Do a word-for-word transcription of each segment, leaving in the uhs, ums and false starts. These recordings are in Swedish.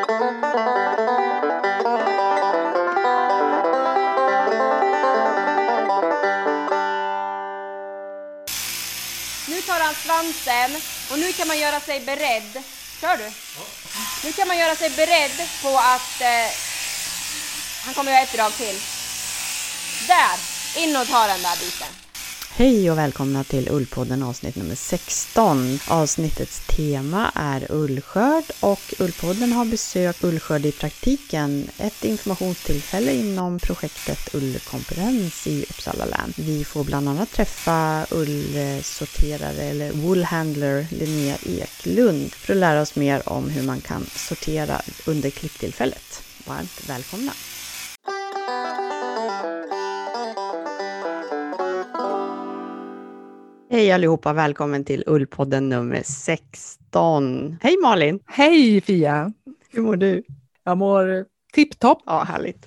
Nu tar han svansen och nu kan man göra sig beredd. Kör du? Ja. Nu kan man göra sig beredd på att eh, han kommer göra ett drag till. Där! In och ta den där biten. Hej och välkomna till Ullpodden avsnitt nummer sexton. Avsnittets tema är ullskörd och Ullpodden har besökt ullskörd i praktiken. Ett informationstillfälle inom projektet Ullkonferens i Uppsala län. Vi får bland annat träffa ullsorterare eller woolhandler Linnea Eklund för att lära oss mer om hur man kan sortera under klipptillfället. Varmt välkomna! Hej allihopa, välkommen till Ullpodden nummer sexton. Hej Malin! Hej Fia! Hur mår du? Jag mår tipptopp. Ja, härligt.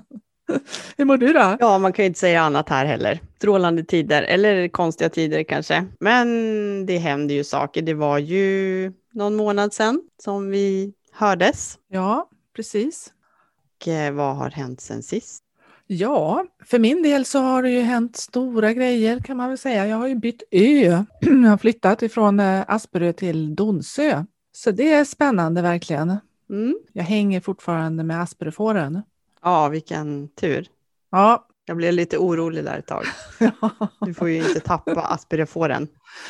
Hur mår du då? Ja, man kan ju inte säga annat här heller. Strålande tider, eller konstiga tider kanske. Men det händer ju saker. Det var ju någon månad sedan som vi hördes. Ja, precis. Och eh, vad har hänt sen sist? Ja, för min del så har det ju hänt stora grejer kan man väl säga. Jag har ju bytt ö. Jag har flyttat ifrån Asperö till Donsö. Så det är spännande verkligen. Mm. Jag hänger fortfarande med Asperöfåren. Ja, vilken tur. Ja. Jag blev lite orolig där ett tag. Du får ju inte tappa Asperöfåren.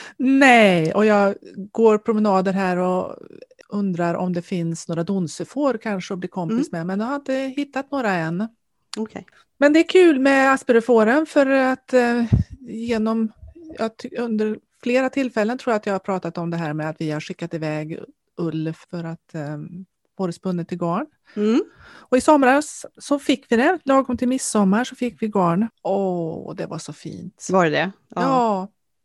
Nej, och jag går promenader här och undrar om det finns några Donsöfår kanske att bli kompis mm. med. Men jag har inte hittat några än. Okay. Men det är kul med Asperöfåren för att eh, genom jag ty- under flera tillfällen tror jag att jag har pratat om det här med att vi har skickat iväg ull för att eh, få det spunnet till garn. Mm. Och i somras så fick vi det, lagom till midsommar så fick vi garn. Åh, det var så fint. Var det det? Ja. ja.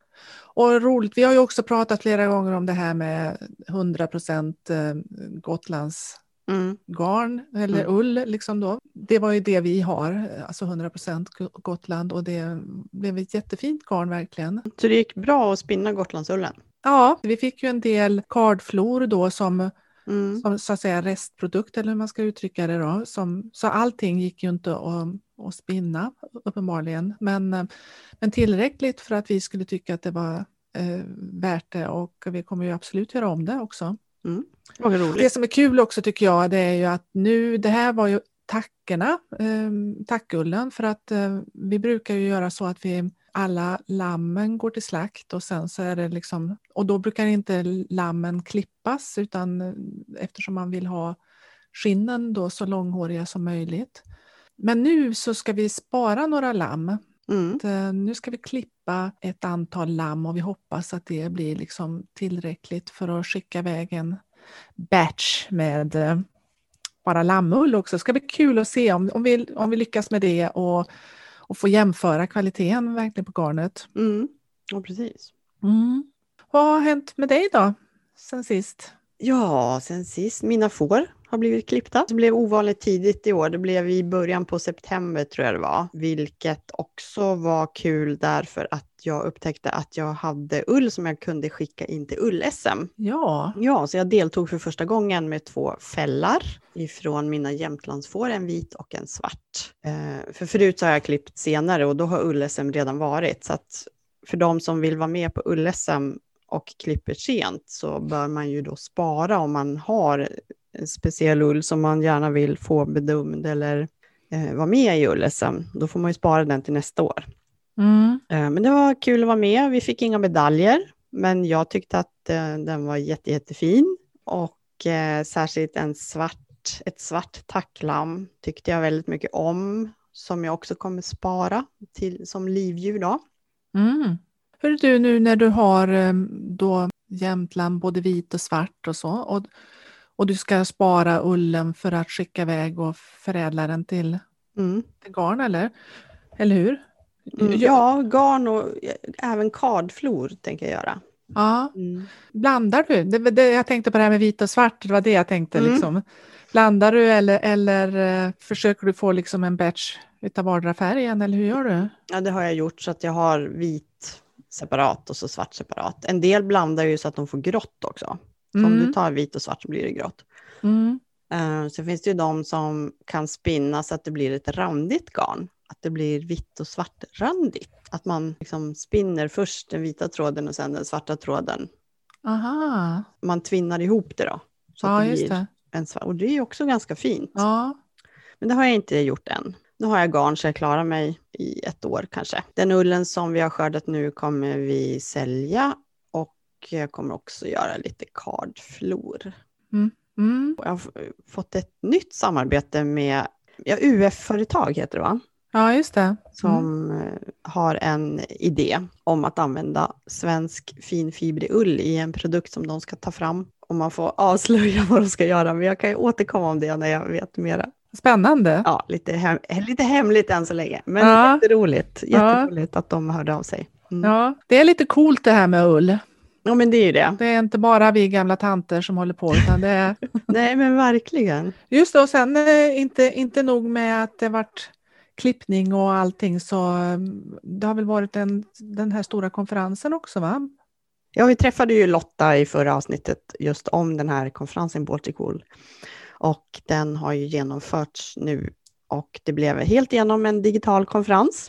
Och roligt, vi har ju också pratat flera gånger om det här med hundra procent eh, Gotlands Mm. garn eller mm. ull liksom då. Det var ju det vi har, alltså hundra procent Gotland och det blev ett jättefint garn verkligen. Så det gick bra att spinna Gotlandsullen? Ja, vi fick ju en del kardflor då som, mm. som så att säga restprodukt eller hur man ska uttrycka det då. Som, så allting gick ju inte att, att spinna uppenbarligen men, men tillräckligt för att vi skulle tycka att det var eh, värt det och vi kommer ju absolut göra om det också. Mm. Oh, det som är kul också tycker jag det är ju att nu, det här var ju tackorna, eh, tackullen för att eh, vi brukar ju göra så att vi alla lammen går till slakt och sen så är det liksom, och då brukar inte lammen klippas utan eftersom man vill ha skinnen då så långhåriga som möjligt. Men nu så ska vi spara några lamm. Mm. Att, nu ska vi klippa ett antal lamm och vi hoppas att det blir liksom tillräckligt för att skicka iväg en batch med eh, bara lammull också. Det ska bli kul att se om, om, vi, om vi lyckas med det och, och få jämföra kvaliteten verkligen på garnet. Mm. Ja, precis. Mm. Vad har hänt med dig då sen sist? Ja, sen sist. Mina får har blivit klippta. Det blev ovanligt tidigt i år. Det blev i början på september tror jag det var. Vilket också var kul därför att jag upptäckte att jag hade ull som jag kunde skicka in till ull-S M. Ja. Ja, så jag deltog för första gången med två fällar ifrån mina Jämtlandsfår, en vit och en svart. Eh, för förut så har jag klippt senare och då har ull-S M redan varit. Så att för de som vill vara med på ull-S M och klipper sent så bör man ju då spara om man har en speciell ull som man gärna vill få bedömd eller eh, vara med i ull-S M. Då får man ju spara den till nästa år. Mm. Eh, men det var kul att vara med. Vi fick inga medaljer men jag tyckte att eh, den var jätte, jättefin. Och eh, särskilt en svart, ett svart tacklam tyckte jag väldigt mycket om. Som jag också kommer spara till, som livdjur då. Mm. Hör du nu när du har då Jämtland både vit och svart och så och, och du ska spara ullen för att skicka iväg och förädla den till, mm. till garn eller? Eller hur? Mm, ja, garn och även kardflor tänker jag göra. Ja, mm. Blandar du? Det, det, jag tänkte på det här med vit och svart, det var det jag tänkte mm. liksom. Blandar du eller, eller uh, försöker du få liksom en batch utav vardera färgen eller hur gör du? Ja, det har jag gjort så att jag har vit separat och så svart separat. En del blandar ju så att de får grått också. Så mm. om du tar vit och svart så blir det grått. Mm. Uh, så finns det ju de som kan spinna så att det blir ett randigt garn. Att det blir vitt och svartrandigt. Att man liksom spinner först den vita tråden och sen den svarta tråden. Aha. Man tvinnar ihop det då. Så ja, att det just blir det. En svart. Och det är ju också ganska fint. Ja. Men det har jag inte gjort än. Nu har jag garn så jag klarar mig i ett år kanske. Den ullen som vi har skördat nu kommer vi sälja. Och jag kommer också göra lite kardflor. Mm. Mm. Jag har fått ett nytt samarbete med ja, U F-företag heter det va? Ja, just det. Som mm. har en idé om att använda svensk finfibrig ull i en produkt som de ska ta fram. Och man får avslöja vad de ska göra. Men jag kan ju återkomma om det när jag vet mera. Spännande. Ja, lite, hem, lite hemligt än så länge. Men ja. jätteroligt. Jätteroligt ja. Att de hörde av sig. Mm. Ja, det är lite coolt det här med ull. Ja, men det är ju det. Det är inte bara vi gamla tanter som håller på. Utan det är... Nej, men verkligen. Just det, och sen eh, inte, inte nog med att det varit klippning och allting, så det har väl varit en, den här stora konferensen också va? Ja, vi träffade ju Lotta i förra avsnittet just om den här konferensen Baltic Wool. Och den har ju genomförts nu och det blev helt igenom en digital konferens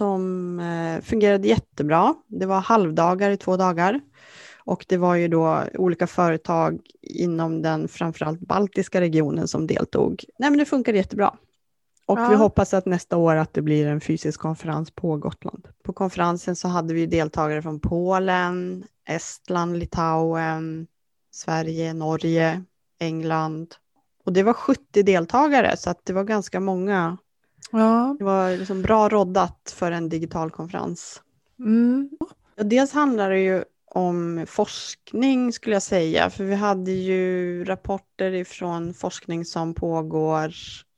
som eh, fungerade jättebra. Det var halvdagar i två dagar. Och det var ju då olika företag inom den framförallt baltiska regionen som deltog. Nej, men det funkade jättebra. Och ja. Vi hoppas att nästa år att det blir en fysisk konferens på Gotland. På konferensen så hade vi deltagare från Polen, Estland, Litauen, Sverige, Norge, England. Och det var sjuttio deltagare så att det var ganska många. Ja. Det var liksom bra roddat för en digital konferens. Mm. Och dels handlar det ju om forskning skulle jag säga. För vi hade ju rapporter ifrån forskning som pågår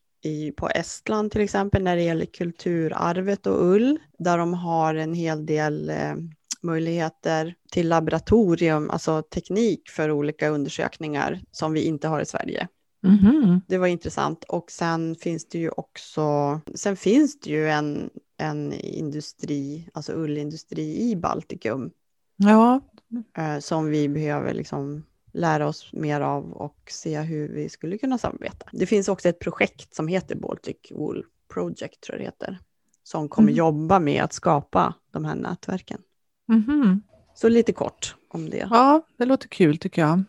i, på Estland till exempel när det gäller kulturarvet och ull. Där de har en hel del eh, möjligheter till laboratorium, alltså teknik för olika undersökningar som vi inte har i Sverige. Mm-hmm. Det var intressant och sen finns det ju också, sen finns det ju en, en industri, alltså ullindustri i Baltikum. Ja. Eh, som vi behöver liksom lära oss mer av och se hur vi skulle kunna samarbeta. Det finns också ett projekt som heter Baltic Wool Project tror jag det heter. Som kommer mm. jobba med att skapa de här nätverken. Mm-hmm. Så lite kort om det. Ja, det låter kul tycker jag.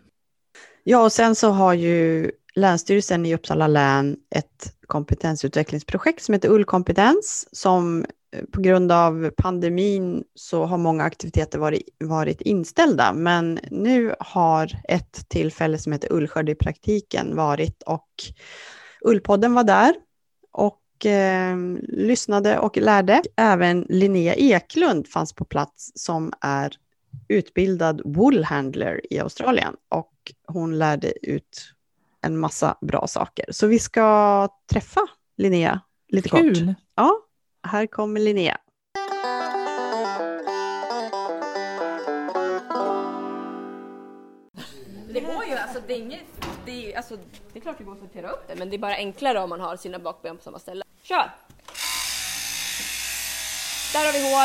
Ja, och sen så har ju Länsstyrelsen i Uppsala län ett kompetensutvecklingsprojekt som heter Ullkompetens som på grund av pandemin så har många aktiviteter varit, varit inställda. Men nu har ett tillfälle som heter Ullskörd i praktiken varit och Ullpodden var där och eh, lyssnade och lärde. Även Linnea Eklund fanns på plats som är utbildad woolhandler i Australien och hon lärde ut en massa bra saker. Så vi ska träffa Linnea lite Kul. kort. Ja, här kommer Linnea. Det går ju, alltså det är inget, det är, alltså, det är klart det går att sortera upp det, men det är bara enklare om man har sina bakben på samma ställe. Kör! Där har vi hår.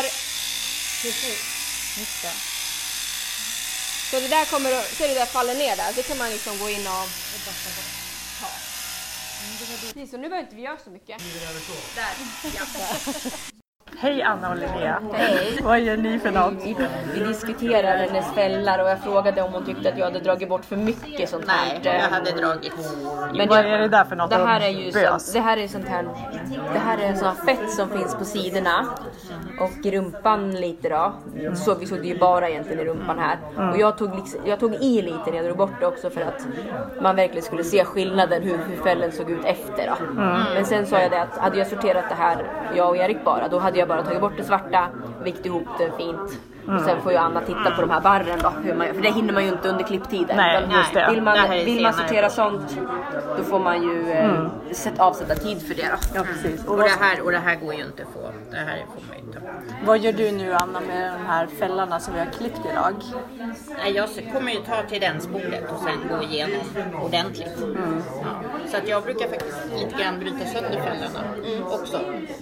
Just det. Så det där kommer att, ser du det där faller ner där, det kan man liksom gå in och ta. Precis, så nu behöver inte vi göra så mycket. Där, ja. Hej Anna och Linnea. Hej. Vad gör ni för något? Vi, vi diskuterade hennes fällar och jag frågade om hon tyckte att jag hade dragit bort för mycket sånt här. Nej, jag hade dragit. Men vad är det där för något? Det här är ju så, det här är sånt här, det här är sån fett som finns på sidorna och i rumpan lite då. Så vi såg det ju bara egentligen i rumpan här. Mm. Och jag tog, liksom, jag tog i lite när jag drog bort det också för att man verkligen skulle se skillnaden hur, hur fällen såg ut efter då. Mm. Men sen sa jag det att hade jag sorterat det här, jag och Erik bara, då hade jag bara tagit bort det svarta, vikt ihop det fint. Mm. Och sen får ju Anna titta på de här barren då, hur man, för det hinner man ju inte under klipptiden. Nej, just det. Vill man, vill man sortera sånt, då får man ju mm. eh, sätt, avsätta tid för det då. Ja, precis. Och, och, det här, och det här går ju inte att få. Det här får man inte. Vad gör du nu Anna med de här fällarna som vi har klippt idag? Nej, jag kommer ju ta till den spolet och sen gå igenom ordentligt. Mm. Ja. Så att jag brukar faktiskt lite grann bryta sönder fällarna mm. också.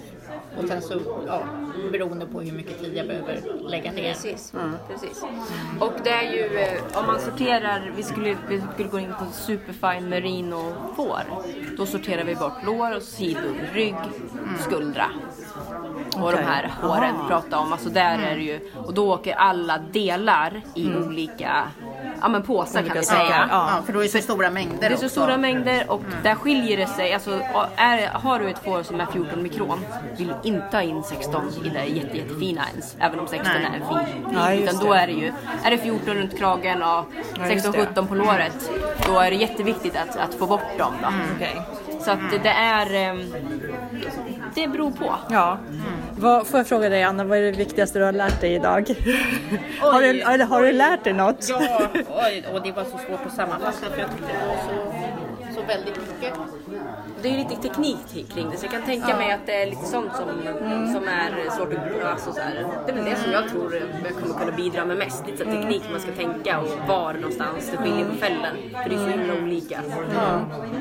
Och sen så, ja, beroende på hur mycket tid jag behöver lägga ner. Precis, mm. Precis. Och det är ju, om man sorterar, vi skulle, vi skulle gå in på superfine merino får. Då sorterar vi bort lår och sidor, rygg, mm. skuldra. Och okay. De här håren vi pratar om, alltså där mm. är det ju, och då åker alla delar i mm. olika, ja men påsar kan vi säga. Ja, ja, för då är det så stora mängder. Det är så också. stora mängder och mm. där skiljer det sig, alltså är, har du ett får som är fjorton mikron, vill du inte ha in sexton i det jätte, jättefina ens, även om sexton Nej. är fin. Ja, utan då är det ju, är det fjorton runt kragen och sexton sjutton på låret, då är det jätteviktigt att, att få bort dem då. Mm. Okay. Så att det är, det beror på. Ja. Mm. Vad, får jag fråga dig Anna, vad är det viktigaste du har lärt dig idag? har, du, eller har du lärt dig något? Ja, oj, och det var så svårt att sammanfatta för jag tyckte det var så, så väldigt mycket. Det är ju lite teknik kring det, så jag kan tänka ja. mig att det är lite sånt som, mm. som är svårt att alltså så här. Det är väl det som jag tror jag kommer kunna bidra med mest. Lite så mm. teknik man ska tänka och var någonstans det skiljer på fällen. För det är så himla olika. Mm.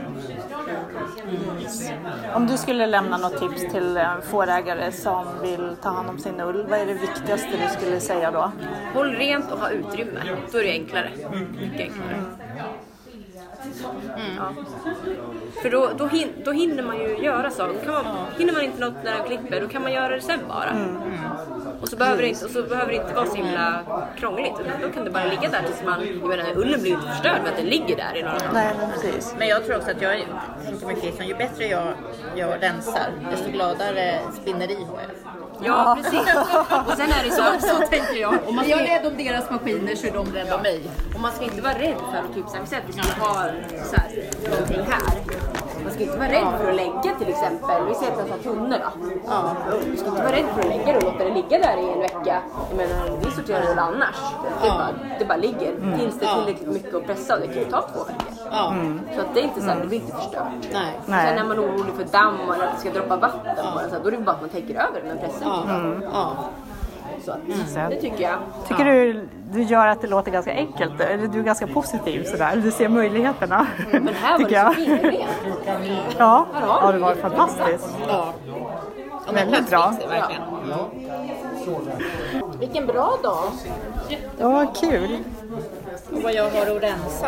Om du skulle lämna något tips till fårägare som vill ta hand om sin ull, vad är det viktigaste du skulle säga då? Håll rent och ha utrymme, då är det enklare. Mycket enklare. Mm. Ja. För då, då, hin, då hinner man ju göra saker. Kan man, hinner man inte något när den klipper, då kan man göra det sen bara. Mm. Och så behöver det inte, och så behöver det inte vara så himla krångligt. Då kan det bara ligga där tills man, jag menar, ullen blir inte förstörd med att den ligger där i några dagar. Nej, men precis. Men jag tror också att jag tänker mycket som ju bättre jag, jag rensar, desto gladare spinneri har jag. Ja, precis. Och sen är det så, så tänker jag. Om man är rädd om deras maskiner så är de rädda om mig. Och man ska inte vara rädd för att typ, så här, vi ska ha så här, någonting här. Man ska inte vara rädd för att lägga till exempel. Vi ser att jag har tunnorna. Ja. Du ska inte vara rädd för att lägga det och låta det ligga där i en vecka. Jag menar, vi sorterar det annars. Det, ja. bara, det bara ligger. Mm. Finns det tillräckligt mycket att pressa och det kan ju ta två veckor. Ja. Mm. Så att det är inte så här, det blir inte förstört. Nej. Nej. Sen är man orolig för damm eller att det ska droppa vatten på den. Så då är det bara att man tänker över det med pressen. Ja. Mm. Ja. Så att, mm. det tycker jag. Tycker du du gör att det låter ganska enkelt? Eller du är ganska positiv sådär? Du ser möjligheterna. Mm, men här var det så fint rent. Ja, ja, det var fantastiskt. Ja. Ja, väldigt bra. Verkligen. Ja. Vilken bra dag. Ja, kul. Och vad jag har att rensa.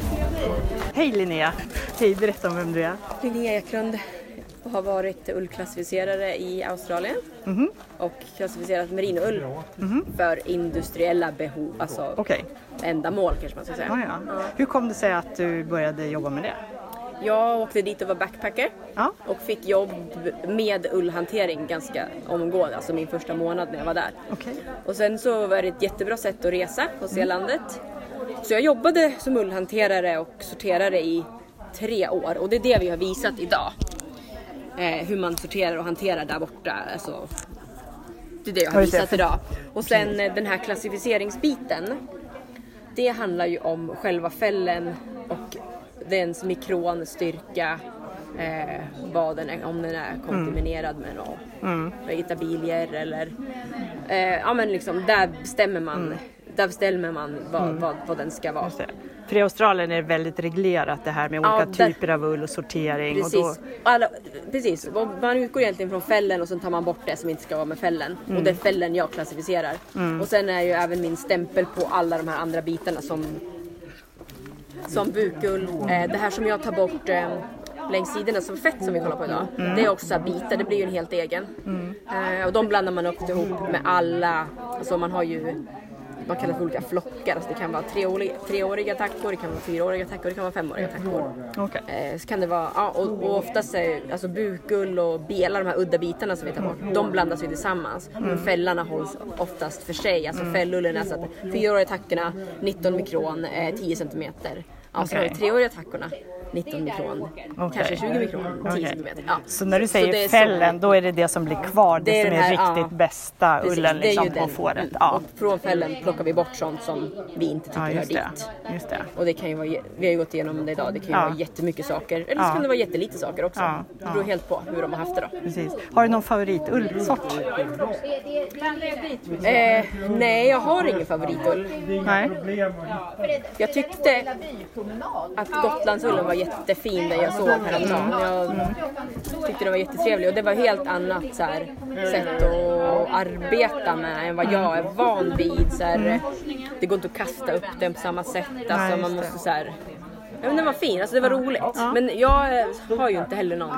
Hej Linnea. Hej, berätta om vem du är. Linnea Eklund. Och har varit ullklassificerare i Australien mm-hmm. och klassificerat merinoull mm-hmm. för industriella behov, alltså okay. ändamål kanske man ska säga. Ah, ja. Ja. Hur kom det sig att du började jobba med det? Jag åkte dit och var backpacker ja. och fick jobb med ullhantering ganska omgående, alltså min första månad när jag var där. Okay. Och sen så var det ett jättebra sätt att resa och se mm. landet. Så jag jobbade som ullhanterare och sorterare i tre år och det är det vi har visat idag. Eh, hur man sorterar och hanterar där borta. Alltså, det är det jag har visat idag. Och sen eh, den här klassificeringsbiten. Det handlar ju om själva fällen och dens mikronstyrka. Eh, vad den är, om den är kontaminerad med något mm. vegetabilier eller eh, ja men liksom där bestämmer man mm. där bestämmer man vad, mm. vad, vad den ska vara. För i Australien är det väldigt reglerat det här med olika ja, där, typer av ull och sortering. Precis. Och då... Alla, precis. Man utgår egentligen från fällen och sen tar man bort det som inte ska vara med fällen. Mm. Och det är fällen jag klassificerar. Mm. Och sen är ju även min stämpel på alla de här andra bitarna som, som bukull. Eh, det här som jag tar bort eh, längs sidorna som fett som vi kollar på idag. Mm. Det är också så bitar, det blir ju en helt egen. Mm. Eh, och de blandar man också ihop med alla. Alltså man har ju... Man kallar det för olika flockar. Alltså det kan vara treåriga, treåriga tackor, det kan vara fyraåriga tackor, det kan vara femåriga tackor. Okay. Eh, så kan det vara, ja, och, och oftast är alltså bukull och bela, de här udda bitarna som vi tar bort, de blandas ju tillsammans. Mm. Men fällarna hålls oftast för sig. Alltså mm. fällullen är så att fyraåriga tackorna, nitton mikron, eh, tio centimeter. Alltså okay. treåriga tackorna, nitton mikron, okay. kanske tjugo mikron, tio okay. centimeter. Ja. Så när du säger fällen, så, då är det det som blir kvar, det, det som är här, riktigt ja. bästa precis, ullen liksom, på fåret. Ja. Och från fällen plockar vi bort sånt som vi inte tycker ja, hör dit. Just det. Och det kan ju vara, vi har ju gått igenom det idag, det kan ju ja. vara jättemycket saker. Eller så ja. kan det vara jättelite saker också. Ja. Ja. Det beror helt på hur de har haft det då. Precis. Har du någon favoritullsort? Eh, nej, jag har ingen favoritull. Nej. Jag tyckte att Gotlandsullen var jättefin den jag såg häromdagen. Jag tyckte det var jättetrevlig och det var helt annat så här, sätt att arbeta med än vad jag är van vid. Så här, det går inte att kasta upp den på samma sätt. Alltså, man måste så här, ja, men den var fin, alltså det var roligt. Ja. Men jag har ju inte heller någon.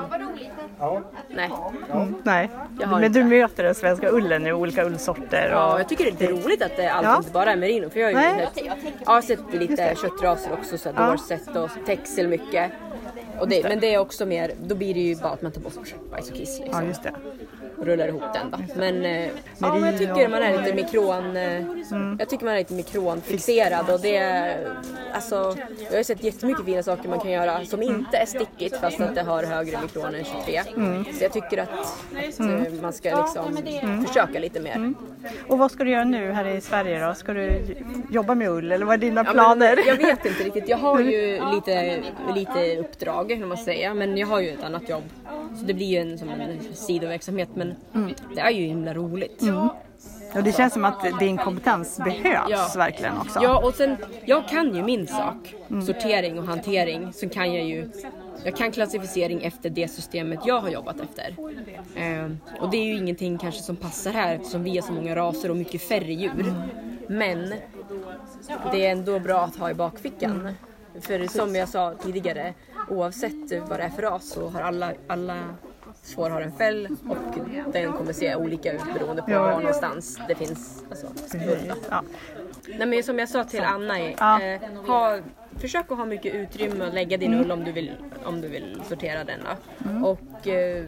Nej. Mm, nej. Men inte. Du möter den svenska ullen i olika ullsorter. Och... Ja, jag tycker det är lite roligt att det allt ja. inte bara är merino. För jag har ju sett, jag har sett lite köttraser också, så ja. Dorset och texel mycket. Och det, men det är också mer, då blir det ju bara att man tar bort bajs och kiss liksom. Ja, just det. Och rullar ihop den då. Men, eh, ja, men jag tycker man är lite mikron eh, mm. jag tycker man är lite mikronfixerad och det alltså, jag har sett jättemycket fina saker man kan göra som inte är stickigt fast att det har högre mikron än tjugotre. Mm. Så jag tycker att, att mm. man ska liksom mm. försöka lite mer. Mm. Och vad ska du göra nu här i Sverige då? Ska du jobba med ull eller vad är dina ja, planer? Jag vet inte riktigt. Jag har ju lite, lite uppdrag kan man säga, men jag har ju ett annat jobb. Så det blir ju en, som en sidoverksamhet, men mm. det är ju himla roligt. Mm. Och det känns som att din kompetens behövs ja. verkligen också. Ja, och sen, jag kan ju min sak. Mm. Sortering och hantering. Så kan jag ju, jag kan klassificering efter det systemet jag har jobbat efter. Eh, och det är ju ingenting kanske som passar här eftersom vi har så många raser och mycket färre djur. Mm. Men det är ändå bra att ha i bakfickan. Mm. För som jag sa tidigare, oavsett vad det är för ras så har alla, alla får ha en fäll och den kommer se olika ut beroende på ja. var någonstans det finns alltså, ja. Nej, men som jag sa till Anna, ja. eh, ha, försök att ha mycket utrymme och lägga din mm. ull om du vill, om du vill sortera den då. Mm. Och eh,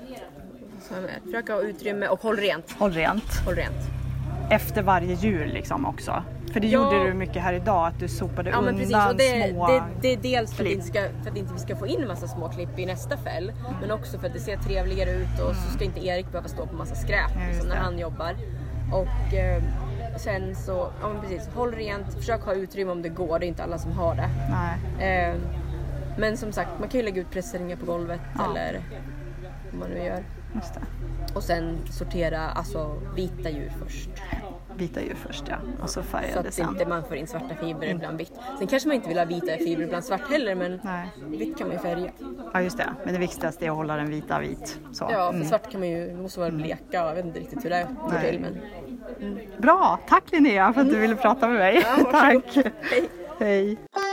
så här, försök ha utrymme och håll rent. Håll rent. Håll rent. Efter varje djur liksom också. För det ja. gjorde du mycket här idag, att du sopade ja, undan men precis. Och det, små det, det är dels för att, inte ska, för att inte vi ska få in en massa små klipp i nästa fäll. Mm. Men också för att det ser trevligare ut och mm. så ska inte Erik behöva stå på massa skräp ja, liksom, när han jobbar. Och eh, sen så, ja men precis, håll rent, försök ha utrymme om det går, det är inte alla som har det. Nej. Eh, men som sagt, man kan ju lägga ut presseringar på golvet ja. eller vad man nu gör. Just det. Och sen sortera alltså vita djur först. Vita djur först, ja. Och så färgade så att sen. inte man får in svarta fibrer mm. bland vitt. Sen kanske man inte vill ha vita fibrer bland svart heller, men nej. Vitt kan man ju färga. Ja, just det. Men det viktigaste är att hålla den vita vit. Så. Ja, för mm. svart kan man ju, måste vara bleka. Jag vet inte riktigt hur det går till, men... Mm. Bra! Tack Linnea för att du ville prata med mig. Ja, tack! Hej! Hej!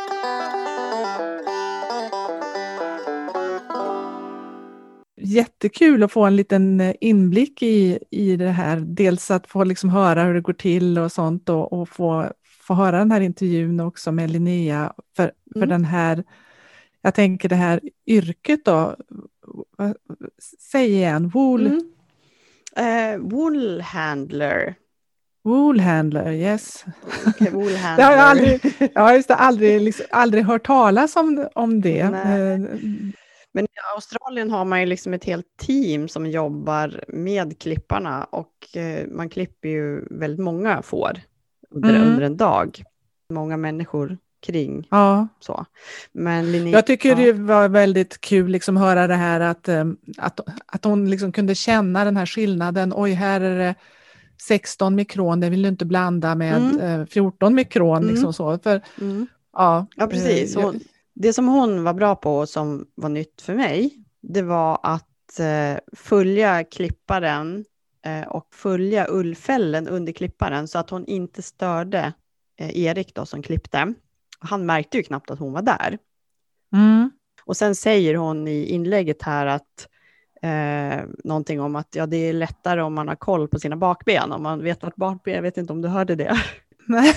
Jättekul att få en liten inblick i, i det här. Dels att få liksom höra hur det går till och sånt och, och få, få höra den här intervjun också med Linnea för, för mm. den här, jag tänker det här yrket då. Säg igen, wool... Mm. Uh, wool handler. Wool handler, yes. Okay, wool handler. Det har jag aldrig, jag har just aldrig, liksom, aldrig hört talas om, om det. Nej. Men i Australien har man ju liksom ett helt team som jobbar med klipparna och eh, man klipper ju väldigt många får under, mm. under en dag. Många människor kring. Ja. Så. Men Linnea, jag tycker ja. det var väldigt kul liksom höra det här att, att, att hon liksom kunde känna den här skillnaden. Oj, här är det sexton mikron, det vill du inte blanda med mm. fjorton mikron. Mm. Liksom så. För, mm. ja, ja, precis. Hon, det som hon var bra på och som var nytt för mig, det var att eh, följa klipparen eh, och följa ullfällen under klipparen så att hon inte störde eh, Erik då som klippte. Han märkte ju knappt att hon var där. Mm. Och sen säger hon i inlägget här att eh, någonting om att ja, det är lättare om man har koll på sina bakben. Om man vet vart bakben, jag vet inte om du hörde det. Nej.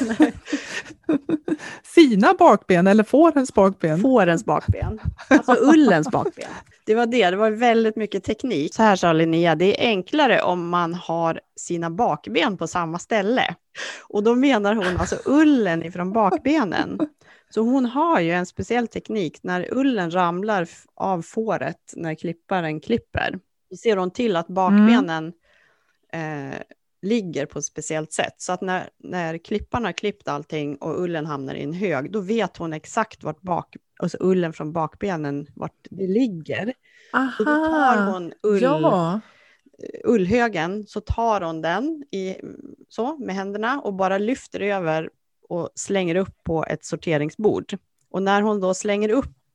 Sina bakben eller fårens bakben? Fårens bakben. Alltså ullens bakben. Det var det, det var väldigt mycket teknik. Så här sa Linnea, det är enklare om man har sina bakben på samma ställe. Och då menar hon alltså ullen ifrån bakbenen. Så hon har ju en speciell teknik när ullen ramlar av fåret när klipparen klipper. Då ser hon till att bakbenen mm. eh, ligger på ett speciellt sätt. Så att när, när klipparna har klippt allting och ullen hamnar i en hög, då vet hon exakt vart bak, alltså ullen från bakbenen, vart det ligger. Aha, så då tar hon ull, ja. ullhögen, så tar hon den i, så, med händerna och bara lyfter över och slänger upp på ett sorteringsbord. Och när hon då slänger upp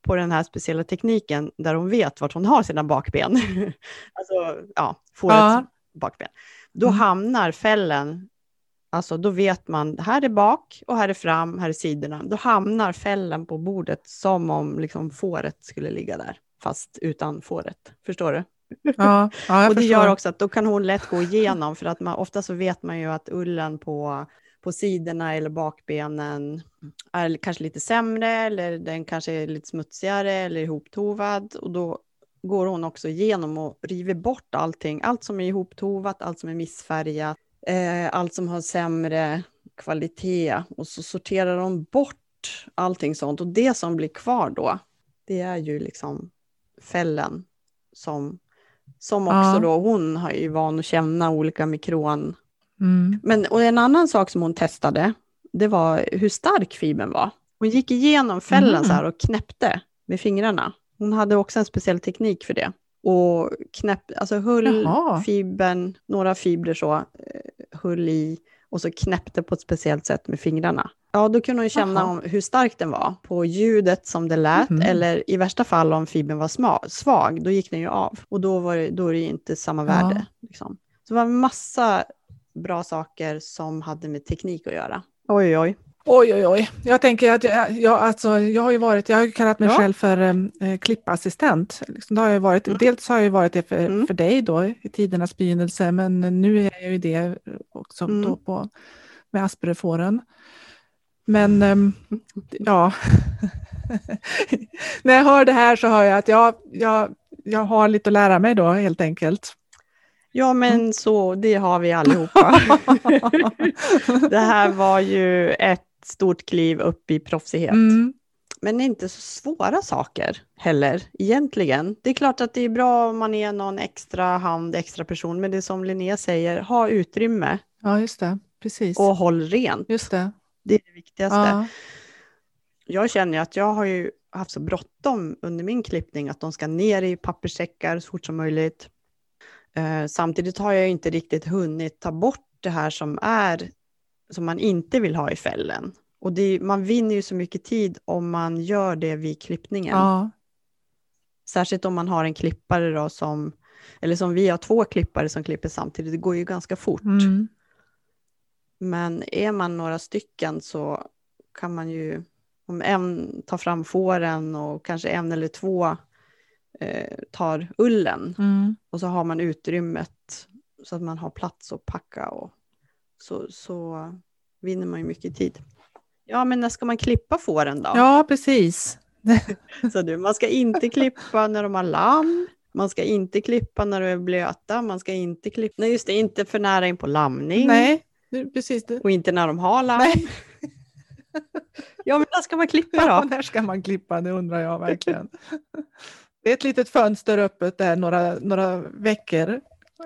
på den här speciella tekniken där hon vet vart hon har sina bakben. Alltså, ja, fårets Ja. bakben. Då Mm. hamnar fällen, alltså då vet man, här är bak och här är fram, här är sidorna. Då hamnar fällen på bordet som om liksom fåret skulle ligga där, fast utan fåret. Förstår du? Ja, ja, jag Och det förstår. gör också att då kan hon lätt gå igenom, för att man, ofta så vet man ju att ullen på, på sidorna eller bakbenen är kanske lite sämre, eller den kanske är lite smutsigare eller ihoptovad, och då går hon också igenom och river bort allting, allt som är ihoptovat, allt som är missfärgat, eh, allt som har sämre kvalitet, och så sorterar de bort allting sånt, och det som blir kvar då, det är ju liksom fällen som Som också Ja. då, hon har ju van att känna olika mikron. Mm. Men, och en annan sak som hon testade, det var hur stark fibern var. Hon gick igenom fällen Mhm. så här och knäppte med fingrarna. Hon hade också en speciell teknik för det. Och knäpp, alltså höll Jaha. fibern, några fibrer så, eh, höll i och så knäppte på ett speciellt sätt med fingrarna. Ja, då kunde hon känna Jaha. om hur stark den var på ljudet som det lät, Mhm. eller i värsta fall om fibern var sma- svag, då gick den ju av. Och då, var det, då är det ju inte samma Ja. värde. Liksom. Så det var en massa bra saker som hade med teknik att göra. Oj, oj. Oj, oj, oj. Jag tänker att jag, jag, alltså, jag har ju varit, jag har ju kallat mig Ja. själv för eh, klippassistent. Liksom, det har jag varit, Mm. Dels har jag ju varit det för, Mm. för dig då i tidernas begynnelse, men nu är jag ju det också Mm. då på, med Aspergerfåren. Men ehm, ja, när jag hör det här så hör jag att jag, jag, jag har lite att lära mig då helt enkelt. Ja, men så det har vi allihopa. Det här var ju ett stort kliv upp i proffsighet. Mm. Men inte så svåra saker heller, egentligen. Det är klart att det är bra om man är någon extra hand, extra person, men det är som Linnea säger, ha utrymme Ja, just det. Precis. och håll rent. Just det. Det är det viktigaste. Ja. Jag känner ju att jag har ju haft så bråttom under min klippning att de ska ner i papperssäckar så fort som möjligt. Eh, samtidigt har jag ju inte riktigt hunnit ta bort det här som är som man inte vill ha i fällen. Och det, man vinner ju så mycket tid om man gör det vid klippningen. Ja. Särskilt om man har en klippare då som, eller som vi har två klippare som klipper samtidigt, det går ju ganska fort. Mm. Men är man några stycken så kan man ju, om en tar fram fåren och kanske en eller två eh, tar ullen, Mm. och så har man utrymmet så att man har plats att packa, och så, så vinner man ju mycket tid. Ja, men när ska man klippa fåren då? Ja, precis. Så du, man ska inte klippa när de har lamm. Man ska inte klippa när de är blöta. Man ska inte klippa, nej just det, inte för nära in på lamning. Nej, det- precis. Det. Och inte när de har lamm. Nej. Ja, men när ska man klippa Ja, då? när ska man klippa? Det undrar jag verkligen. Det är ett litet fönster öppet där några, några veckor.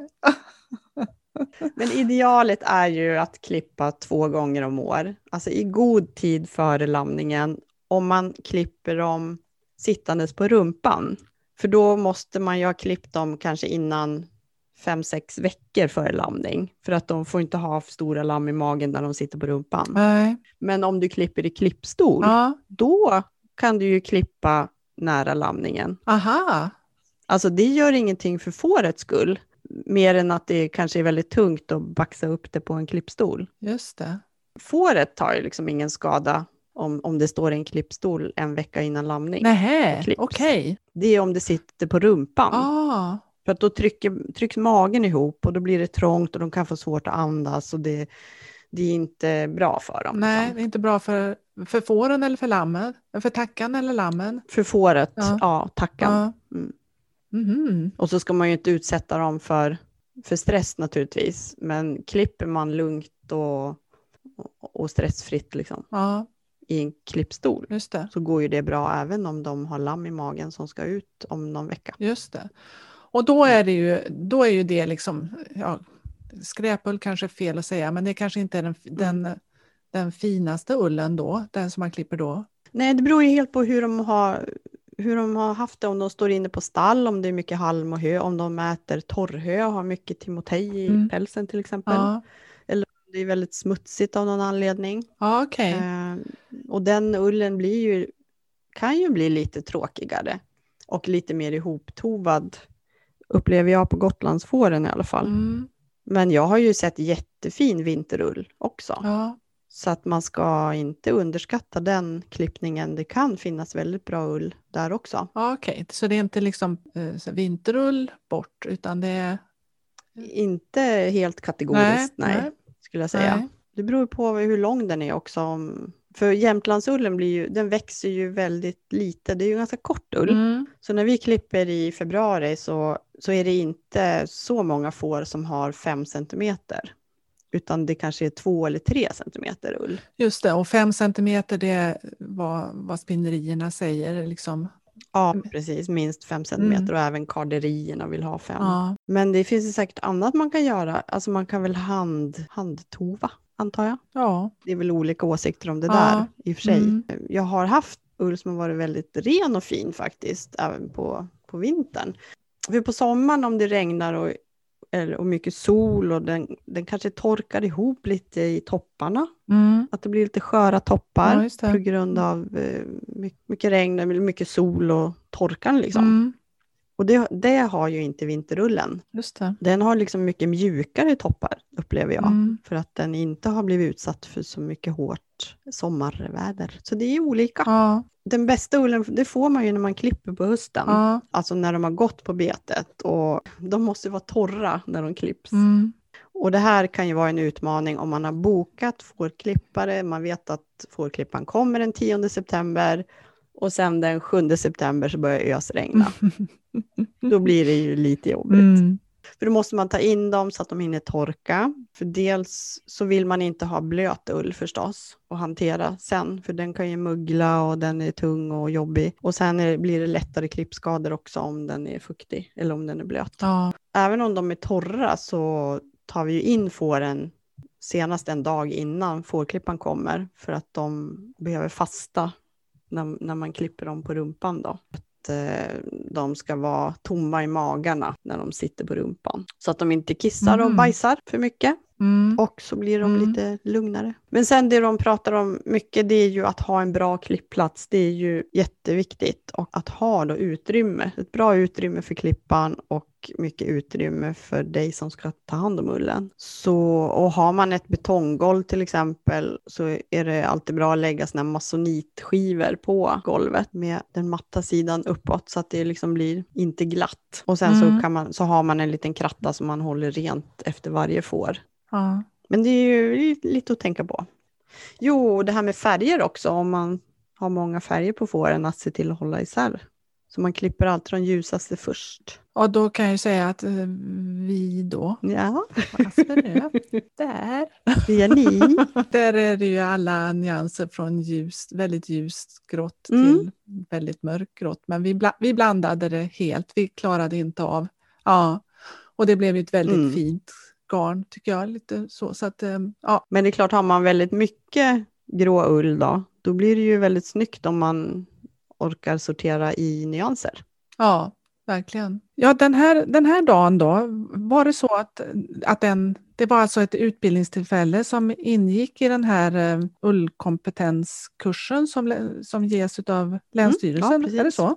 Men idealet är ju att klippa två gånger om år. Alltså i god tid före lamningen. Om man klipper dem sittandes på rumpan. För då måste man ju ha klippt dem kanske innan fem, sex veckor före lamning. För att de får inte ha för stora lamm i magen när de sitter på rumpan. Nej. Men om du klipper i klippstol, Ja. då kan du ju klippa nära lamningen. Aha. Alltså det gör ingenting för fårets skull. Mer än att det kanske är väldigt tungt att baxa upp det på en klippstol. Just det. Fåret tar ju liksom ingen skada om, om det står i en klippstol en vecka innan lamning. Nähä, klipps. okej. Det är om det sitter på rumpan. Ah. För att då trycker, trycks magen ihop och då blir det trångt och de kan få svårt att andas. Och det, det är inte bra för dem. Nej, liksom. det är inte bra för, för fåren eller för lammen. För tackan eller lammen. För fåret, Ja. ja, tackan. Ja. Mm. Mhm. Och så ska man ju inte utsätta dem för, för stress naturligtvis. Men klipper man lugnt och, och stressfritt liksom, Ja, i en klippstol, just det. så går ju det bra även om de har lamm i magen som ska ut om någon vecka. Just det. Och då är det ju, då är ju det liksom, ja, skräpull kanske är fel att säga, men det kanske inte är den, den, den finaste ullen då, den som man klipper då. Nej, det beror ju helt på hur de har, hur de har haft det. Om de står inne på stall, om det är mycket halm och hö, om de äter torrhö och har mycket timotej i Mm. pälsen till exempel. Ja, Det är väldigt smutsigt av någon anledning. ja okej. Eh, och den ullen blir ju kan ju bli lite tråkigare och lite mer ihoptovad, upplever jag på Gotlandsfåren i alla fall. Mm. Men jag har ju sett jättefin vinterull också. Ja. Så att man ska inte underskatta den klippningen. Det kan finnas väldigt bra ull där också. Ja, okej. Okay. Så det är inte liksom eh, så vinterull bort, utan det är... Inte helt kategoriskt, nej, nej, nej. skulle jag säga. Nej. Det beror på hur lång den är också. För Jämtlandsullen blir ju, den växer ju väldigt lite. Det är ju ganska kort ull. Mm. Så när vi klipper i februari så, så är det inte så många får som har fem centimeter. Utan det kanske är två eller tre centimeter ull. Just det, och fem centimeter det är vad, vad spinnerierna säger. Liksom. Ja, precis. Minst fem centimeter. Mm. Och även karderierna vill ha fem. Ja. Men det finns ju säkert annat man kan göra. Alltså man kan väl hand, handtova, antar jag. Ja. Det är väl olika åsikter om det Ja. där i och för sig. Mm. Jag har haft ull som har varit väldigt ren och fin faktiskt. Även på, på vintern. För på sommaren om det regnar och eller, och mycket sol och den, den kanske torkar ihop lite i topparna. Mm. Att det blir lite sköra toppar Ja, just det. på grund av eh, mycket, mycket regn eller mycket sol och torkan liksom. Mm. Och det, det har ju inte vinterullen. Just det. Den har liksom mycket mjukare toppar upplever jag. Mm. För att den inte har blivit utsatt för så mycket hårt sommarväder. Så det är olika. Ja. Den bästa ullen, det får man ju när man klipper på hösten. Ja. Alltså när de har gått på betet. Och de måste vara torra när de klipps. Mm. Och det här kan ju vara en utmaning om man har bokat fårklippare. Man vet att fårklippan kommer den tionde september. Och sen den sjunde september så börjar ösregna. Då blir det ju lite jobbigt. Mm. För då måste man ta in dem så att de hinner torka. För dels så vill man inte ha blöt ull förstås och hantera sen. För den kan ju muggla och den är tung och jobbig. Och sen är, blir det lättare klippskador också om den är fuktig eller om den är blöt. Ja. Även om de är torra så tar vi ju in fåren senast en dag innan fårklippan kommer. För att de behöver fasta när, när man klipper dem på rumpan då. De ska vara tomma i magarna när de sitter på rumpan. Så att de inte kissar Mm. och bajsar för mycket. Mm. Och så blir de Mm. lite lugnare. Men sen det de pratar om mycket, det är ju att ha en bra klippplats. Det är ju jätteviktigt. Och att ha då utrymme. Ett bra utrymme för klippan och mycket utrymme för dig som ska ta hand om ullen. Så, och har man ett betonggolv till exempel så är det alltid bra att lägga såna masonitskivor på golvet med den matta sidan uppåt så att det liksom blir inte glatt. Och sen Mm. så, kan man, så har man en liten kratta som man håller rent efter varje får. Ja. Men det är ju lite att tänka på. Jo, det här med färger också. Om man har många färger på fåren att se till att hålla isär. Så man klipper alltid de ljusaste först. Och då kan jag ju säga att eh, vi då, Ja, alltså det, där, det är ni. där är det ju alla nyanser från ljust, väldigt ljust grått Mm. till väldigt mörkgrått. Men vi, bla, vi blandade det helt, vi klarade inte av. Ja, och det blev ju ett väldigt Mm. fint garn tycker jag. Lite så, så att, eh, ja. Men det är klart, har man väldigt mycket grå ull då, då blir det ju väldigt snyggt om man orkar sortera i nyanser. Ja, verkligen. Ja, den här, den här dagen då, var det så att, att den, det var alltså ett utbildningstillfälle som ingick i den här uh, ullkompetenskursen som, som ges av Länsstyrelsen, Mm, ja, precis. är det så?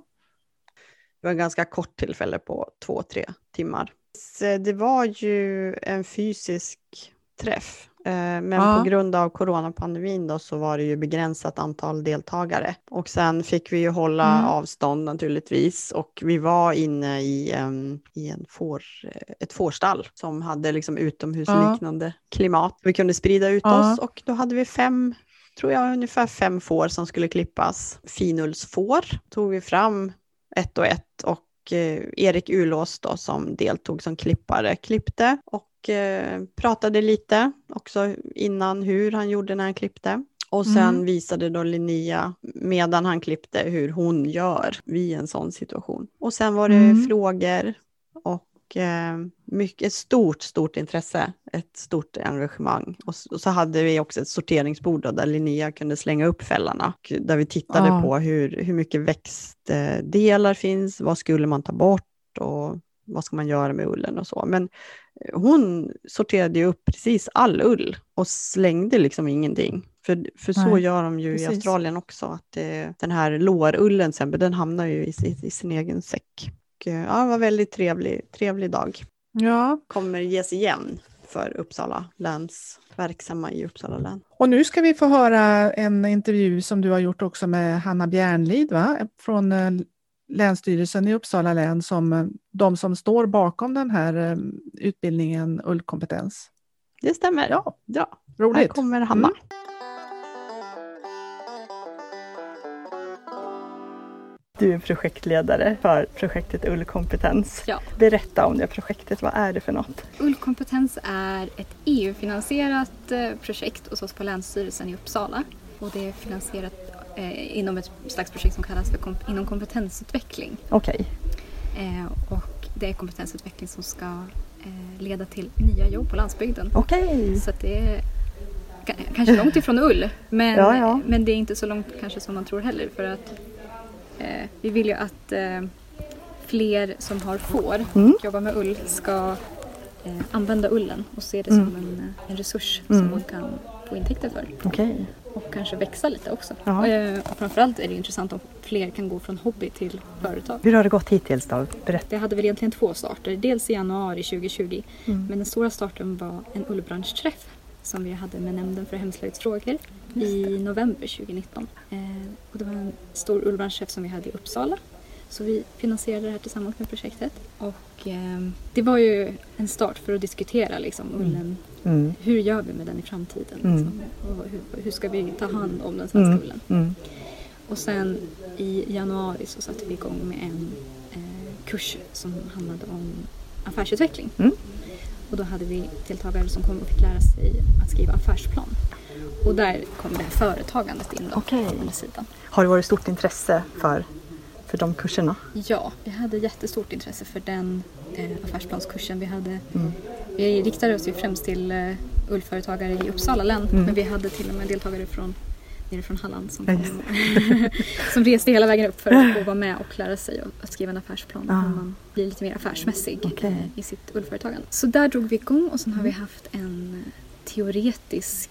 Det var en ganska kort tillfälle på två, tre timmar. Så det var ju en fysisk träff. Men Ja. på grund av coronapandemin då så var det ju begränsat antal deltagare. Och sen fick vi ju hålla Mm. avstånd naturligtvis. Och vi var inne i, um, i en får, ett fårstall som hade liksom utomhusliknande klimat. Vi kunde sprida ut Ja. oss och då hade vi fem, tror jag ungefär fem får som skulle klippas. Finullsfår tog vi fram ett och ett och eh, Erik Ulås då som deltog som klippare klippte och Eh, pratade lite också innan hur han gjorde när han klippte. Och sen Mm. visade då Linnea medan han klippte hur hon gör vid en sån situation. Och sen var det Mm. frågor och eh, mycket, ett stort, stort intresse, ett stort engagemang. Och, och så hade vi också ett sorteringsbord då, där Linnea kunde slänga upp fällarna. Och där vi tittade Ja. på hur, hur mycket växtdelar finns, vad skulle man ta bort och vad ska man göra med ullen och så. Men hon sorterade ju upp precis all ull och slängde liksom ingenting. För, för så Nej, gör de ju precis. i Australien också. Att det, den här lårullen sen, den hamnar ju i, i, i sin egen säck. Och, ja, det var en väldigt trevlig, trevlig dag. Ja, Kommer ges igen för Uppsala läns verksamma i Uppsala län. och nu ska vi få höra en intervju som du har gjort också med Hanna Bjärnlid, va? Från eh, Länsstyrelsen i Uppsala län, som eh, de som står bakom den här eh, utbildningen ullkompetens. Det stämmer. Ja, ja. roligt. Här kommer Hanna. Mm. Du är projektledare för projektet Ullkompetens. Ja. Berätta om det projektet. Vad är det för något? Ullkompetens är ett E U-finansierat projekt hos oss på Länsstyrelsen i Uppsala. Och det är finansierat eh, inom ett slags projekt som kallas för komp- inom kompetensutveckling. Okej. Eh, och det är kompetensutveckling som ska eh, leda till nya jobb på landsbygden. Okej. Så att det är k- kanske långt ifrån ull, men, Ja, ja. men det är inte så långt kanske som man tror heller. För att eh, vi vill ju att eh, fler som har får Mm. och jobbar med ull ska eh, använda ullen och se det Mm. som en, en resurs Mm. som man kan få intäkter för. Okej. Och kanske växa lite också. Ja. Och, eh, och framförallt är det intressant om fler kan gå från hobby till företag. Hur har det gått hittills då? Berätta. Det hade väl egentligen två starter. Dels i januari tjugo tjugo. Mm. Men den stora starten var en ullbranschträff som vi hade med Nämnden för hemslöjdsfrågor i november tjugo nitton. Eh, och det var en stor ullbranschträff som vi hade i Uppsala. Så vi finansierade det här tillsammans med projektet. Och eh, det var ju en start för att diskutera liksom, ullen. Mm. Hur gör vi med den i framtiden? Mm. Liksom? Och hur, hur ska vi ta hand om den svenska Mm. ullen? Mm. Och sen i januari så satte vi igång med en eh, kurs som handlade om affärsutveckling. Mm. Och då hade vi deltagare som kom och fick lära sig att skriva affärsplan. Och där kom det här företagandet in då, Okej. på den sidan. Har det varit stort intresse för, för de kurserna? Ja, vi hade jättestort intresse för den eh, affärsplanskursen. Vi, hade, Mm. vi riktade oss ju främst till eh, ullföretagare i Uppsala län. Mm. Men vi hade till och med deltagare från, nere från Halland som, Ja, kom, som reste hela vägen upp för att få vara med och lära sig att skriva en affärsplan. Ah. Hur man blir lite mer affärsmässig Okej. eh, i sitt ullföretagande. Så där drog vi igång och sen har vi haft en teoretisk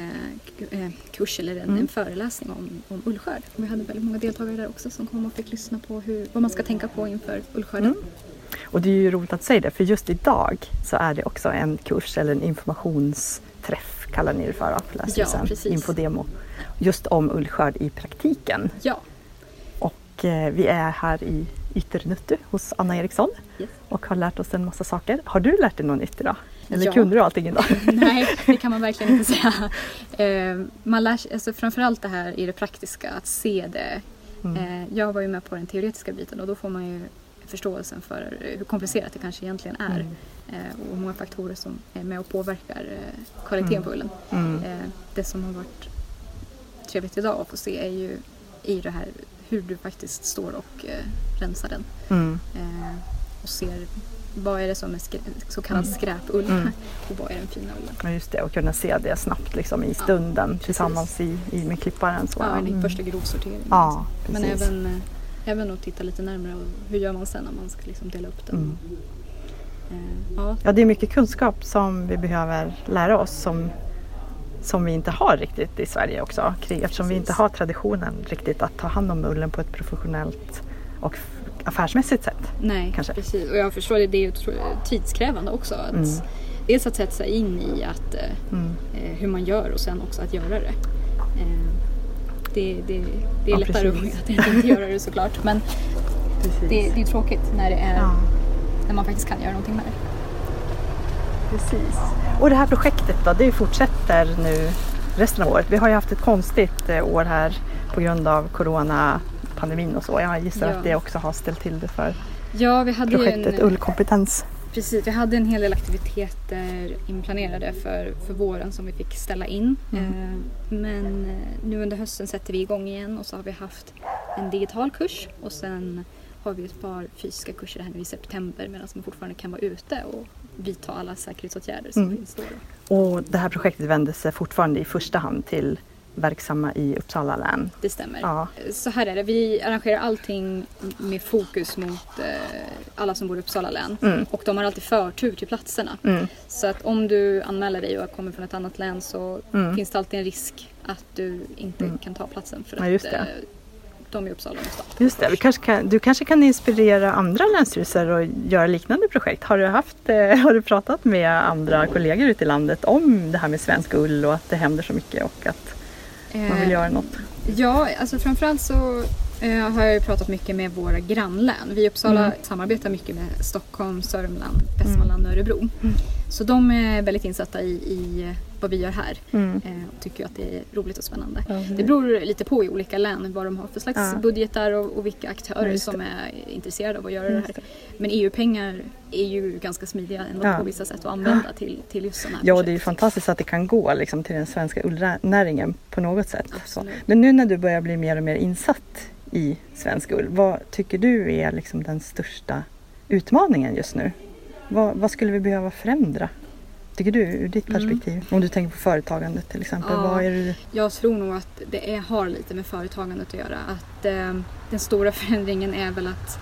eh, eh, kurs eller en, Mm. en föreläsning om, om ullskörd. Vi hade väldigt många deltagare där också som kom och fick lyssna på hur, vad man ska tänka på inför ullskörden. Mm. Och det är ju roligt att säga det, för just idag så är det också en kurs eller en informationsträff, kallar ni det för, på Länsstyrelsen, Ja, precis. Infodemo, just om ullskörd i praktiken. Ja, Och eh, vi är här i Ytternuttu hos Anna Eriksson Yes. och har lärt oss en massa saker. Har du lärt dig något nytt idag? Eller Ja. kunde du allting idag? nej, det kan man verkligen inte säga. Eh, man lär sig, alltså framförallt det här i det praktiska, att se det. Mm. Eh, jag var ju med på den teoretiska biten och då får man ju förståelsen för hur komplicerat det kanske egentligen är. Mm. Eh, och många faktorer som är med och påverkar eh, kvaliteten Mm. på ullen. Mm. Eh, det som har varit trevligt idag att få se är ju i det här hur du faktiskt står och eh, rensar den. Mm. Eh, och ser vad är det som är skrä- så kallad Mm. skräpull Mm. och vad är den fina ullen. Ja, just det, och kunna se det snabbt liksom, i stunden tillsammans i, i med klipparen. Så. Ja, en Mm. första grovsortering. Ja, Men precis. även, eh, även att titta lite närmare och hur gör man sen när man ska liksom dela upp den. Mm. Eh, ja, Ja, det är mycket kunskap som vi behöver lära oss som, som vi inte har riktigt i Sverige också. Kring, eftersom vi inte har traditionen riktigt att ta hand om ullen på ett professionellt och f- affärsmässigt sätt. nej, Kanske. precis. Och jag förstår det, det är ju tro- tidskrävande också. Att Mm. dels att sätta sig in i att, eh, Mm. eh, hur man gör och sen också att göra det. Eh, det, det, det är Ja, lättare precis. att inte göra det såklart. Men Precis. det, det är tråkigt när, det är, Ja, när man faktiskt kan göra någonting med det. precis. Och det här projektet då, det fortsätter nu resten av året. Vi har ju haft ett konstigt eh, år här på grund av coronapandemin och så. Jag gissar Ja. att det också har ställt till det för Ja, vi hade ju projektet en, Ullkompetens. precis, vi hade en hel del aktiviteter inplanerade för, för våren som vi fick ställa in. Mm. Eh, men eh, nu under hösten sätter vi igång igen och så har vi haft en digital kurs och sen har vi ett par fysiska kurser här nu i september medan man fortfarande kan vara ute och vidta alla säkerhetsåtgärder som Mm. finns då. Och det här projektet vänder sig fortfarande i första hand till verksamma i Uppsala län. Det stämmer. Ja. Så här är det, vi arrangerar allting med fokus mot eh, alla som bor i Uppsala län. Mm. Och de har alltid förtur till platserna. Mm. Så att om du anmäler dig och kommer från ett annat län så mm. finns det alltid en risk att du inte mm. kan ta platsen för att ja, just det. Eh, de är i Uppsala någonstans. Just det, vi kanske kan, du kanske kan inspirera andra länsstyrelser och göra liknande projekt. Har du, haft, eh, har du pratat med andra kollegor ute i landet om det här med svensk ull och att det händer så mycket och att eh, man vill göra något? Ja, alltså framförallt så eh, har jag ju pratat mycket med våra grannlän. Vi i Uppsala mm. samarbetar mycket med Stockholm, Sörmland, Västmanland och Örebro. Mm. Så de är väldigt insatta i, i vad vi gör här mm. eh, och tycker att det är roligt och spännande. Mm. Det beror lite på i olika län vad de har för slags ja. budgetar och, och vilka aktörer ja, som är intresserade av att göra det här. Det. Men E U-pengar är ju ganska smidiga ändå ja. på vissa sätt att använda till, till just sådana här Ja, projekt. och det är ju fantastiskt att det kan gå liksom, till den svenska ullnäringen på något sätt. Så. Men nu när du börjar bli mer och mer insatt i svensk ull, vad tycker du är liksom den största utmaningen just nu? Vad, vad skulle vi behöva förändra? Tycker du ur ditt perspektiv? Mm. Om du tänker på företagandet till exempel. Ja, vad är det? Jag tror nog att det är, har lite med företagandet att göra. Att eh, den stora förändringen är väl att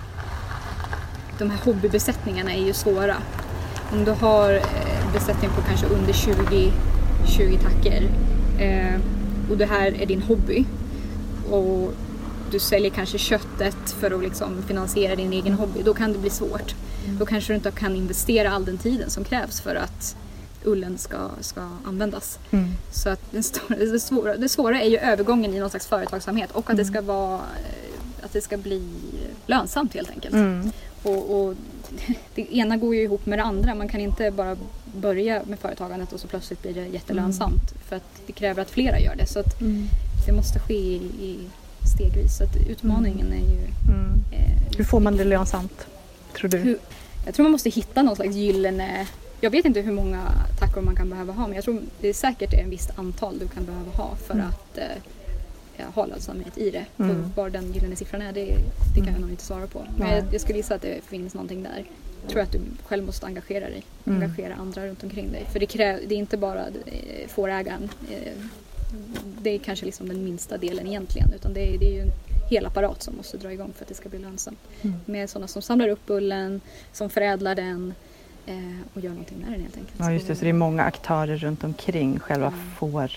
de här hobbybesättningarna är ju svåra. Om du har eh, besättning på kanske under tjugo, tjugo tacker eh, och det här är din hobby och du säljer kanske köttet för att liksom finansiera din egen hobby, då kan det bli svårt. Mm. Då kanske du inte kan investera all den tiden som krävs för att ullen ska, ska användas. Mm. Så att den stora, det, svåra, det svåra är ju övergången i någon slags företagsamhet och att mm. det ska vara att det ska bli lönsamt helt enkelt. Mm. Och, och det ena går ju ihop med det andra. Man kan inte bara börja med företagandet och så plötsligt blir det jättelönsamt mm. för att det kräver att flera gör det. Så att mm. det måste ske i, i stegvis. Så att utmaningen är ju... Mm. Eh, Hur får man det lönsamt, tror du? Hur, jag tror man måste hitta någon slags gyllene... Jag vet inte hur många tackor man kan behöva ha, men jag tror det är säkert en visst antal du kan behöva ha för mm. att eh, ha lönsamhet i det. Mm. Var den gyllene siffran är, det, det kan mm. jag nog inte svara på. Men jag, jag skulle gissa att det finns någonting där. Jag tror att du själv måste engagera dig, mm. engagera andra runt omkring dig. För det, kräv, det är inte bara eh, fårägaren. Eh, det är kanske liksom den minsta delen egentligen, utan det är, det är ju en hel apparat som måste dra igång för att det ska bli lönsamt. Mm. Med sådana som samlar upp ullen, som förädlar den eh, och gör någonting med den helt enkelt. Ja, just det, så det är många aktörer runt omkring själva mm.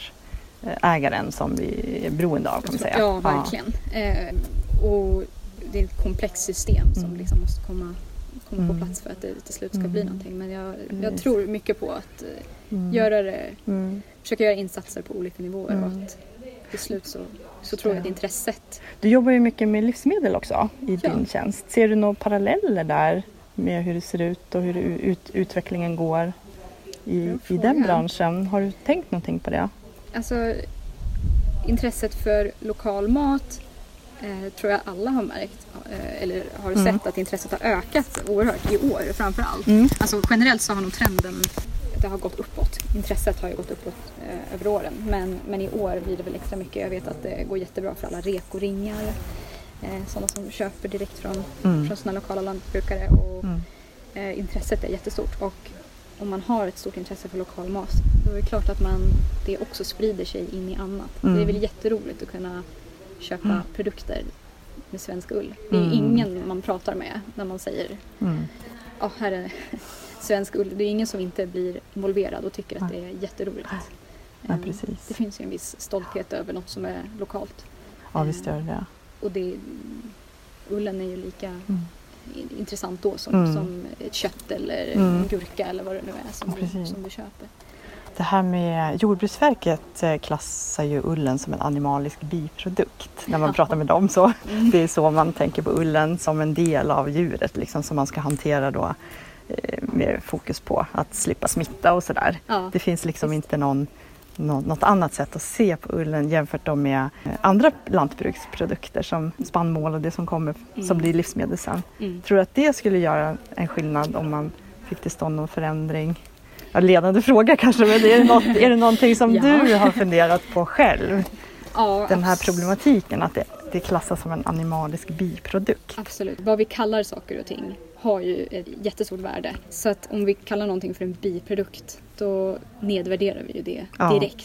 fårägaren som vi är beroende av, kan man säga. Ja, verkligen. Ja. Eh, och det är ett komplext system som mm. liksom måste komma, komma mm. på plats för att det till slut ska mm. bli någonting. Men jag, jag tror mycket på att mm. göra det, mm. försöka göra insatser på olika nivåer mm. och att till slut så, så tror jag att intresset. Du jobbar ju mycket med livsmedel också i ja. din tjänst. Ser du några paralleller där med hur det ser ut och hur det, ut, utvecklingen går i, i den branschen? Har du tänkt någonting på det? Alltså, intresset för lokal mat eh, tror jag alla har märkt eh, eller har mm. sett att intresset har ökat oerhört i år framför allt. Mm. Alltså generellt så har nog trenden det har gått uppåt. Intresset har ju gått uppåt eh, över åren. Men, men i år blir det väl extra mycket. Jag vet att det går jättebra för alla rekoringar. Eh, sådana som köper direkt från, mm. från sina lokala lantbrukare. Och, mm. eh, intresset är jättestort. Och om man har ett stort intresse för lokal mat, då är det klart att man, det också sprider sig in i annat. Mm. Det är väl jätteroligt att kunna köpa mm. produkter med svensk ull. Det är ju mm. ingen man pratar med när man säger mm. oh, här är svensk ull. Det är ingen som inte blir involverad och tycker att det är jätteroligt. Ja, precis. Det finns ju en viss stolthet över något som är lokalt. Ja, visst gör det. Och det, ullen är ju lika mm. intressant då som, mm. som ett kött eller mm. en gurka eller vad det nu är som, du, som du köper. Det här med Jordbruksverket klassar ju ullen som en animalisk biprodukt. När man pratar med dem så mm. det är så man tänker på ullen som en del av djuret liksom, som man ska hantera då eh, med fokus på att slippa smitta och sådär. Ja, det finns liksom visst. inte någon, någon, något annat sätt att se på ullen jämfört då med andra lantbruksprodukter som spannmål och det som kommer mm. som blir livsmedel sen. Mm. Tror du att det skulle göra en skillnad om man fick till stånd någon förändring? Ja, ledande fråga kanske, men är det, något, är det någonting som ja. du har funderat på själv? Ja, den här abs- problematiken att det, det klassas som en animalisk biprodukt. Absolut. Vad vi kallar saker och ting har ju ett jättestort värde. Så att om vi kallar någonting för en biprodukt, då nedvärderar vi ju det ja. direkt.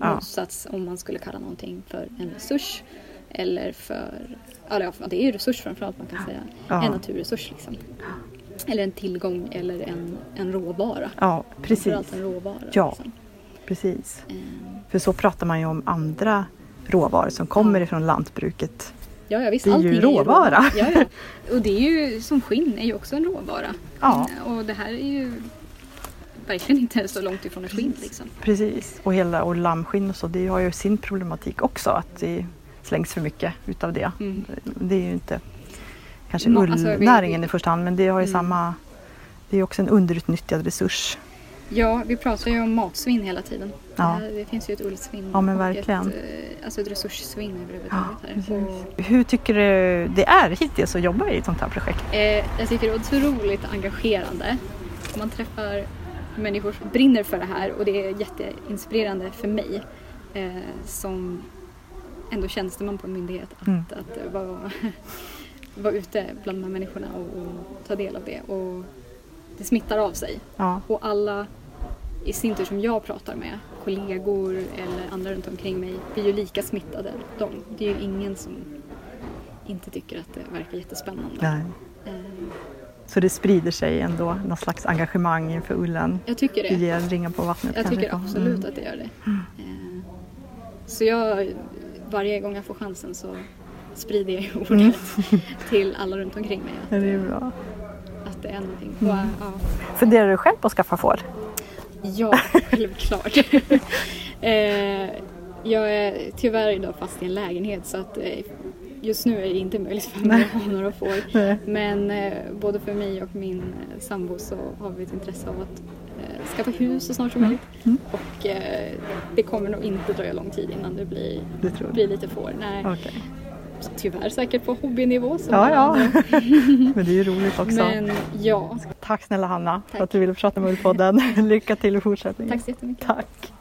Ja. motsats om man skulle kalla någonting för en resurs eller för, ja det är ju resurs framförallt man kan säga, Ja. en naturresurs liksom. Eller en tillgång eller en, en råvara. Ja, precis. Framförallt en råvara. Ja, liksom. precis. Mm. För så pratar man ju om andra råvaror som kommer Ja. ifrån lantbruket. Ja, ja, visst, Det är ju allting råvara. Ja, ja. Och det är ju som skinn är ju också en råvara. Ja. Mm, och det här är ju verkligen inte så långt ifrån ett skinn liksom. Precis, och hela och lammskinn och så, det har ju sin problematik också, att det slängs för mycket utav det. Mm. Det är ju inte kanske Ma- alltså, vi- ullnäringen i första hand, men det har ju Mm. samma, det är också en underutnyttjad resurs. Ja, vi pratar ju om matsvinn hela tiden. Ja. Det, det finns ju ett ullsvinn Ja, men och verkligen. Ett, eh, alltså ett resurssvinn överhuvudtaget här. precis. Och, Hur tycker du det är hittills att jobba i ett sånt här projekt? eh, jag tycker det är otroligt engagerande. Man träffar människor som brinner för det här och det är jätteinspirerande för mig eh, som ändå tjänsteman på en myndighet att, Mm. att vara, vara ute bland de här människorna och, och ta del av det. Och det smittar av sig. Ja, Och alla i sin tur som jag pratar med, kollegor eller andra runt omkring mig, blir ju lika smittade. De, det är ju ingen som inte tycker att det verkar jättespännande. nej. Eh, Så det sprider sig ändå någon slags engagemang inför ullen. Jag tycker Det det. ger ringar på vattnet. Jag kanske. tycker absolut Mm. att det gör det. Eh, så jag, varje gång jag får chansen så sprider jag ju ordet Mm. till alla runt omkring mig. Ja, Att, det är bra. att det är någonting. Mm. Och, ja. Funderar du själv på att skaffa får? Ja, självklart. eh, jag är tyvärr idag fast i en lägenhet så att eh, just nu är det inte möjligt för mig att ha några får. Nej. Men eh, både för mig och min eh, sambo så har vi ett intresse av att eh, skaffa hus så snart som möjligt. Mm. Och eh, det kommer nog inte dröja lång tid innan det blir, Det tror jag. blir lite får. Nej, Okej. tyvärr säkert på hobbynivå. Som Ja, alla ja. andra. Men det är ju roligt också. Men ja, Tack snälla Hanna för Tack. att du ville prata med Ullpodden. Lycka till i fortsättningen. tack så jättemycket. Tack.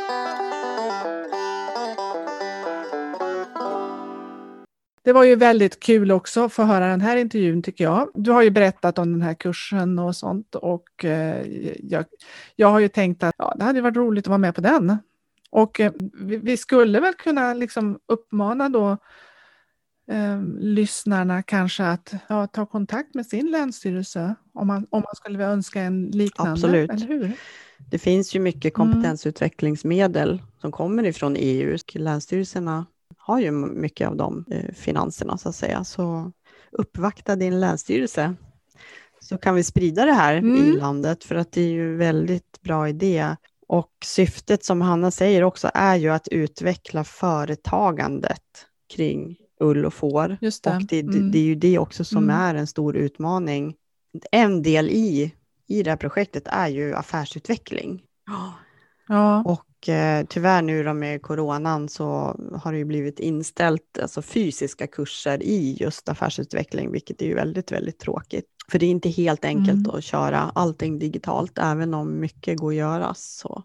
Det var ju väldigt kul också att få höra den här intervjun tycker jag. Du har ju berättat om den här kursen och sånt och eh, jag, jag har ju tänkt att ja, det hade varit roligt att vara med på den. Och eh, vi, vi skulle väl kunna liksom uppmana då eh, lyssnarna kanske att ja, ta kontakt med sin länsstyrelse om man, om man skulle önska en liknande. Absolut. Eller hur? Det finns ju mycket kompetensutvecklingsmedel som kommer ifrån E U. Länsstyrelserna har ju mycket av de eh, finanserna så att säga. Så uppvakta din länsstyrelse så kan vi sprida det här Mm. i landet för att det är ju en väldigt bra idé. Och syftet som Hanna säger också är ju att utveckla företagandet kring ull och får. Just det. Och det, Mm. det är ju det också som Mm. är en stor utmaning. En del i, i det här projektet är ju affärsutveckling. Ja. Och eh, tyvärr nu då med coronan så har det ju blivit inställt alltså fysiska kurser i just affärsutveckling, vilket är ju väldigt, väldigt tråkigt. För det är inte helt enkelt Mm. att köra allting digitalt, även om mycket går att göras. Så.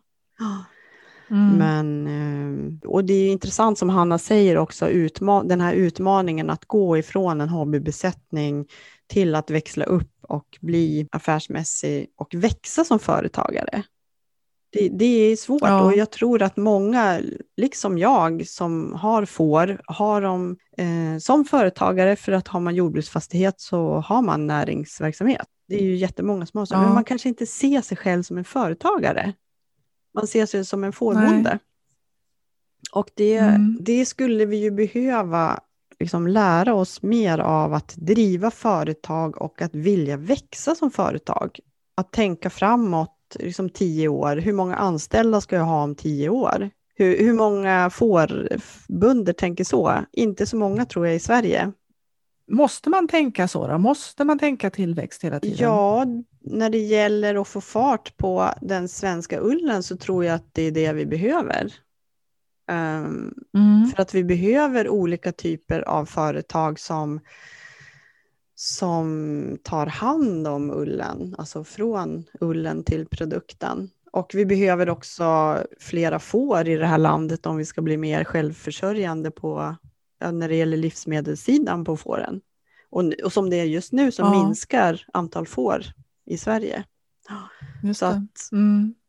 Mm. Men, eh, och det är ju intressant som Hanna säger också, utma- den här utmaningen att gå ifrån en hobbybesättning till att växla upp och bli affärsmässig och växa som företagare. Det, det är svårt Ja. och jag tror att många, liksom jag som har får, har de eh, som företagare för att har man jordbruksfastighet så har man näringsverksamhet. Det är ju jättemånga som har så, Ja. men man kanske inte ser sig själv som en företagare. Man ser sig som en fårbonde. Och det, Mm. det skulle vi ju behöva liksom lära oss mer av, att driva företag och att vilja växa som företag. Att tänka framåt liksom tio år. Hur många anställda ska jag ha om tio år? Hur, hur många fårbönder tänker så? Inte så många tror jag i Sverige. Måste man tänka så då? Måste man tänka tillväxt hela tiden? Ja, när det gäller att få fart på den svenska ullen så tror jag att det är det vi behöver. Um, Mm. För att vi behöver olika typer av företag som, som tar hand om ullen, alltså från ullen till produkten. Och vi behöver också flera får i det här landet om vi ska bli mer självförsörjande på, ja, när det gäller livsmedelssidan på fåren. Och, och som det är just nu så Ja. minskar antal får i Sverige. Just Så det. att Mm.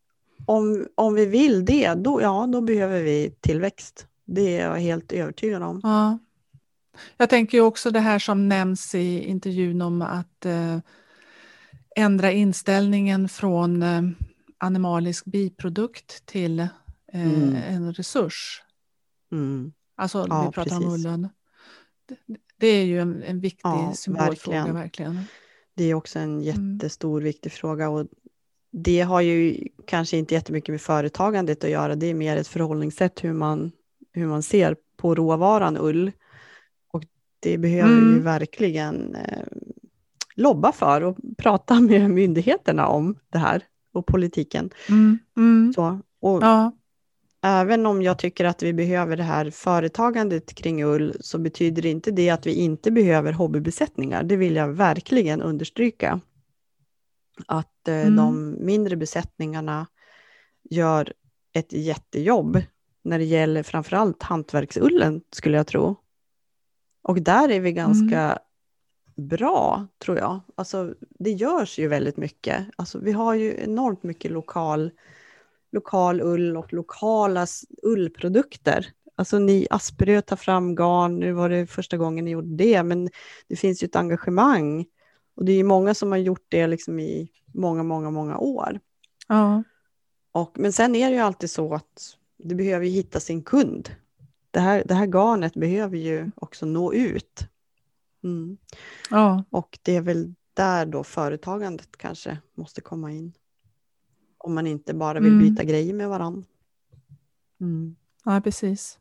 om, om vi vill det, då, ja, då behöver vi tillväxt. Det är jag helt övertygad om. Ja. Jag tänker ju också det här som nämns i intervjun om att eh, ändra inställningen från eh, animalisk biprodukt till eh, Mm. en resurs. Mm. Alltså Ja, vi pratar precis. om ullen. Det, det är ju en, en viktig Ja, symbolfråga verkligen. verkligen. Det är också en Mm. jättestor, viktig fråga. Och det har ju kanske inte jättemycket med företagandet att göra. Det är mer ett förhållningssätt hur man, hur man ser på råvaran ull. Och det behöver Mm. vi verkligen eh, lobba för och prata med myndigheterna om det här och politiken. Mm. Mm. Så, och Ja. även om jag tycker att vi behöver det här företagandet kring ull, så betyder inte det att vi inte behöver hobbybesättningar. Det vill jag verkligen understryka. Att eh, Mm. de mindre besättningarna gör ett jättejobb när det gäller framförallt hantverksullen, skulle jag tro. Och där är vi ganska Mm. bra, tror jag. Alltså, det görs ju väldigt mycket. Alltså, vi har ju enormt mycket lokal, lokal ull och lokala s- ullprodukter. Alltså ni Asperö tar fram garn, nu var det första gången ni gjorde det, men det finns ju ett engagemang. Och det är ju många som har gjort det liksom i många, många, många år. Ja. Och, men sen är det ju alltid så att det behöver ju hitta sin kund. Det här, det här garnet behöver ju också nå ut. Mm. Ja. Och det är väl där då företagandet kanske måste komma in. Om man inte bara vill Mm. byta grejer med varandra. Mm. Ja, precis.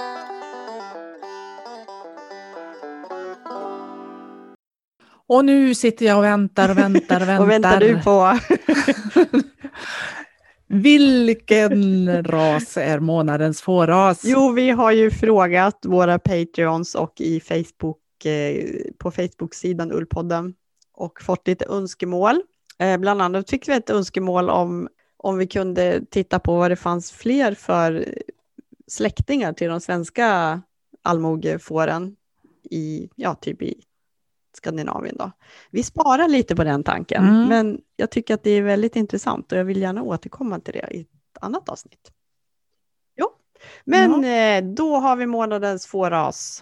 Och nu sitter jag och väntar och väntar och väntar. Vad väntar du på? Vilken ras är månadens fåras? Jo, vi har ju frågat våra Patreons och i Facebook, eh, på Facebook-sidan Ullpodden och fått lite önskemål. Eh, bland annat fick vi ett önskemål om, om vi kunde titta på vad det fanns fler för släktingar till de svenska allmogefåren i, ja, typ i Skandinavien då. Vi sparar lite på den tanken, Mm. men jag tycker att det är väldigt intressant och jag vill gärna återkomma till det i ett annat avsnitt. Jo, men eh, då har vi månadens fåras.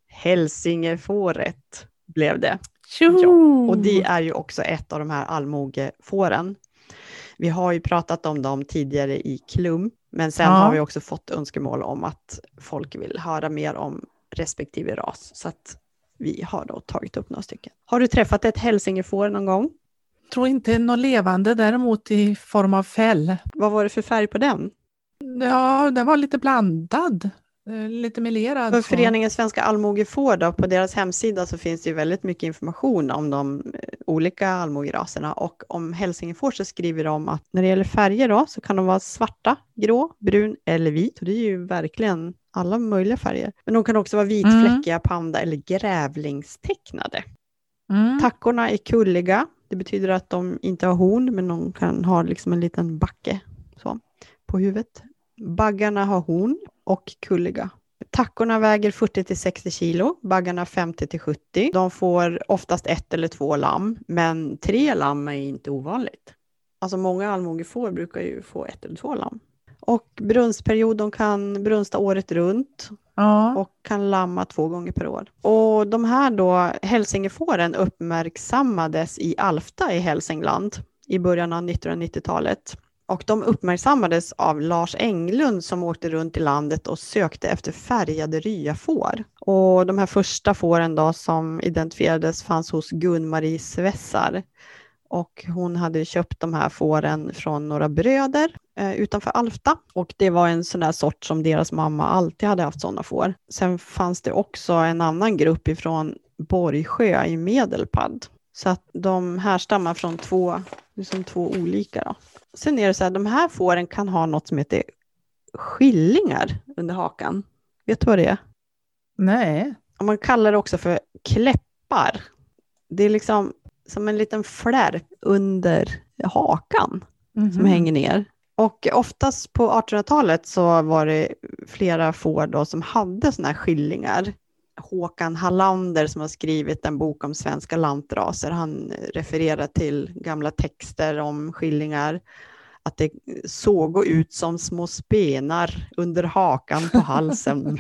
Hälsingefåret blev det. Tjo! Ja, och det är ju också ett av de här allmogefåren. Vi har ju pratat om dem tidigare i Klum, men sen Ja. har vi också fått önskemål om att folk vill höra mer om respektive ras. Så att vi har då tagit upp några stycken. Har du träffat ett hälsingefår någon gång? Tror inte något levande, däremot i form av fäll. Vad var det för färg på den? Ja, den var lite blandad. eh, Lite melerad. För så. föreningen Svenska allmogefår då, på deras hemsida så finns det ju väldigt mycket information om de eh, olika allmogeraserna, och om hälsingefår så skriver de att när det gäller färger då så kan de vara svarta, grå, brun eller vit, och det är ju verkligen alla möjliga färger. Men de kan också vara vitfläckiga, panda eller grävlingstecknade. Mm. Tackorna är kulliga, det betyder att de inte har horn, men de kan ha liksom en liten backe så, på huvudet. Baggarna har horn och kulliga. Tackorna väger fyrtio till sextio kilo, baggarna femtio till sjuttio. De får oftast ett eller två lamm, men tre lamm är inte ovanligt. Alltså många allmogefår brukar ju få ett eller två lamm. Och brunstperiod, de kan brunsta året runt Ja. och kan lamma två gånger per år. Och de här då, hälsingefåren, uppmärksammades i Alfta i Hälsingland i början av nittonhundranittiotalet. Och de uppmärksammades av Lars Englund som åkte runt i landet och sökte efter färgade ryafår. Och de här första fåren då som identifierades fanns hos Gun-Marie Svessar. Och hon hade köpt de här fåren från några bröder eh, utanför Alfta. Och det var en sån där sort som deras mamma alltid hade haft sådana får. Sen fanns det också en annan grupp ifrån Borgsjö i Medelpad. Så att de härstammar från två, liksom två olika då. Sen är det så här, de här fåren kan ha något som heter skillingar under hakan. Vet du vad det är? Nej. Och man kallar det också för kläppar. Det är liksom som en liten flärp under hakan Mhm. som hänger ner. Och oftast på artonhundratalet så var det flera får då som hade såna här skillingar. Håkan Hallander som har skrivit en bok om svenska lantraser, han refererar till gamla texter om skillingar. att det såg ut som små spenar under hakan på halsen.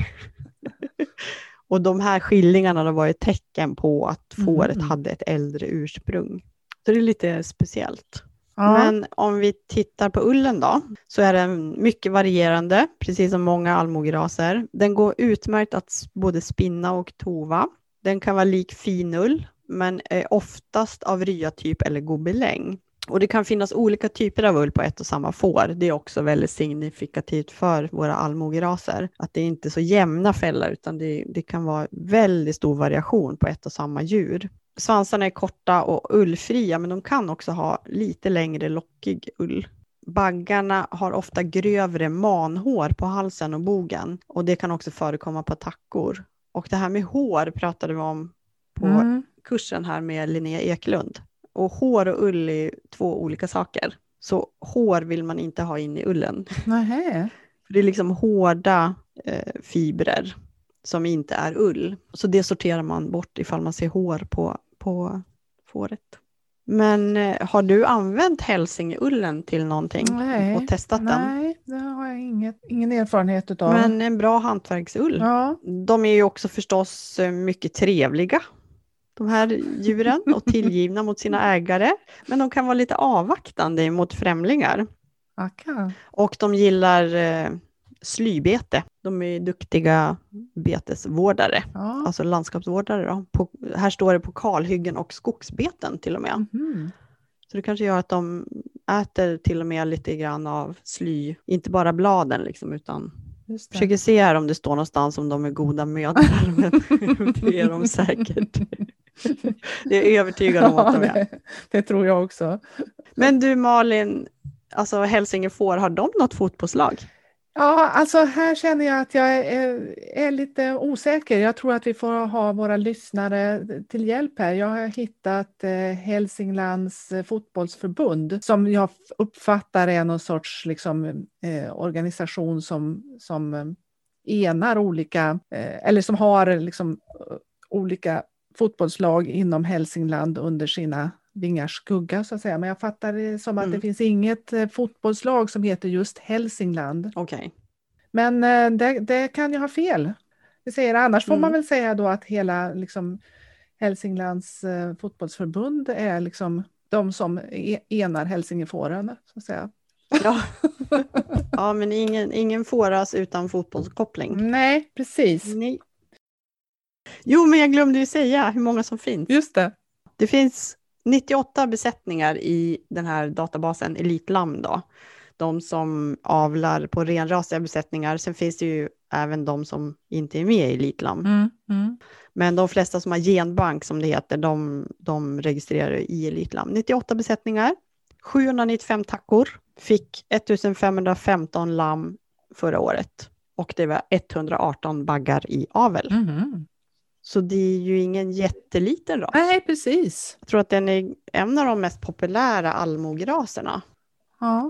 Och de här skillingarna var ett tecken på att fåret Mm. hade ett äldre ursprung. Så det är lite speciellt. Ja. Men om vi tittar på ullen då, så är den mycket varierande, precis som många allmogeraser. Den går utmärkt att både spinna och tova. Den kan vara lik finull, men är oftast av ryatyp eller gobeläng. Och det kan finnas olika typer av ull på ett och samma får. Det är också väldigt signifikativt för våra allmogeraser. Att det är inte är så jämna fällar, utan det, det kan vara väldigt stor variation på ett och samma djur. Svansarna är korta och ullfria, men de kan också ha lite längre lockig ull. Baggarna har ofta grövre manhår på halsen och bogen. Och det kan också förekomma på tackor. Och det här med hår pratade vi om på Mm. kursen här med Linnea Eklund. Och hår och ull är två olika saker. Så hår vill man inte ha in i ullen. Nähä. För det är liksom hårda eh, fibrer som inte är ull. Så det sorterar man bort ifall man ser hår på, på fåret. Men eh, har du använt hälsingeullen till någonting Nej. och testat den? Nej, det har jag inget, ingen erfarenhet utav. Men en bra hantverksull. Ja. De är ju också förstås eh, mycket trevliga, de här djuren, och tillgivna mot sina ägare. Men de kan vara lite avvaktande mot främlingar. Akka. Och de gillar eh, slybete. De är duktiga betesvårdare. Ja. Alltså landskapsvårdare då. På, här står det på kalhyggen och skogsbeten till och med. Mhm. Så det kanske gör att de äter till och med lite grann av sly. Inte bara bladen liksom, utan Just det. försöker se här om det står någonstans om de är goda mödrar. Men det är de säkert. Det är jag övertygad om att de Ja, är. det, det tror jag också. Men du Malin, alltså hälsingefår, har de något fotbollslag? Ja, alltså här känner jag att jag är, är lite osäker. Jag tror att vi får ha våra lyssnare till hjälp här. Jag har hittat eh, Hälsinglands eh, fotbollsförbund som jag f- uppfattar är någon sorts liksom, eh, organisation som, som eh, enar olika, eh, eller som har liksom, eh, olika fotbollslag inom Hälsingland under sina vingars skugga så att säga. Men jag fattar det som att Mm. det finns inget eh, fotbollslag som heter just Hälsingland. Okej. Men eh, det, det kan ju ha fel. Det säger, annars får Mm. man väl säga då att hela liksom, Hälsinglands eh, fotbollsförbund är liksom de som e- enar hälsingefåren så att säga. Ja. Ja, men ingen, ingen fåras utan fotbollskoppling. Nej, precis. Nej. Jo, men jag glömde ju säga hur många som finns. Just det. Det finns nittioåtta besättningar i den här databasen Elitlamm då. De som avlar på renrasiga besättningar. Sen finns det ju även de som inte är med i Elitlamm. Mm, mm. Men de flesta som har genbank som det heter, de, de registrerar i Elitlamm. nittioåtta besättningar, sjuhundranittiofem tackor, fick ettusenfemhundrafemton lamm förra året. Och det var etthundraarton baggar i avel. Mhm. Så det är ju ingen jätteliten ras. Nej, precis. Jag tror att den är en av de mest populära allmograserna. Ja.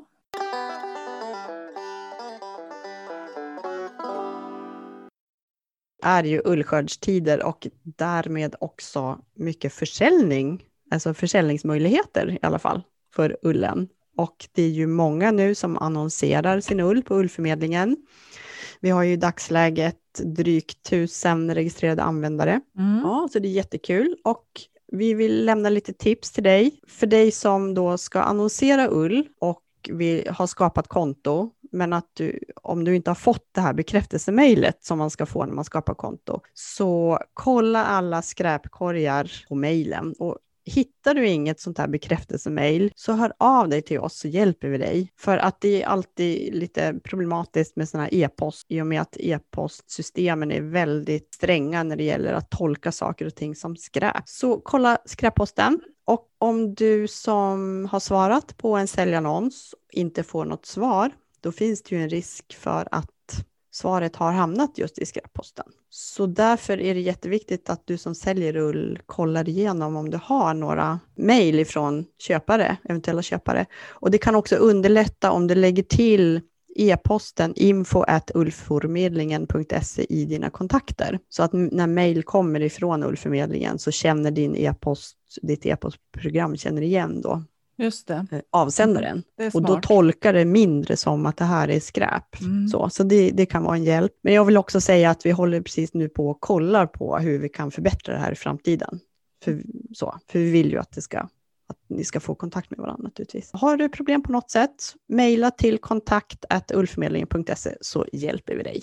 Är ju ullskördstider och därmed också mycket försäljning. Alltså försäljningsmöjligheter i alla fall för ullen. Och det är ju många nu som annonserar sin ull på ullförmedlingen. Vi har ju i dagsläget drygt tusen registrerade användare. Mm. Ja, så det är jättekul. Och vi vill lämna lite tips till dig. För dig som då ska annonsera ull och vi har skapat konto. Men att du, om du inte har fått det här bekräftelsemejlet som man ska få när man skapar konto. Så kolla alla skräpkorgar på mejlen. Och hittar du inget sånt här bekräftelsemejl så hör av dig till oss så hjälper vi dig. För att det är alltid lite problematiskt med såna här e-post i och med att e-postsystemen är väldigt stränga när det gäller att tolka saker och ting som skräp. Så kolla skräpposten. Och om du som har svarat på en säljannons inte får något svar, då finns det ju en risk för att svaret har hamnat just i skräpposten. Så därför är det jätteviktigt att du som säljer ull kollar igenom om du har några mejl ifrån köpare, eventuella köpare. Och det kan också underlätta om du lägger till e-posten info at ullförmedlingen punkt se i dina kontakter. Så att när mejl kommer ifrån ullförmedlingen så känner din e-post, ditt e-postprogram känner igen då Just det. eh, avsändaren. Det är Och då smart. tolkar det mindre som att det här är skräp. Mm. Så, så det, det kan vara en hjälp. Men jag vill också säga att vi håller precis nu på och kollar på hur vi kan förbättra det här i framtiden. För, så, för vi vill ju att, det ska, att ni ska få kontakt med varandra naturligtvis. Har du problem på något sätt, mejla till kontakt at ullförmedlingen punkt se så hjälper vi dig.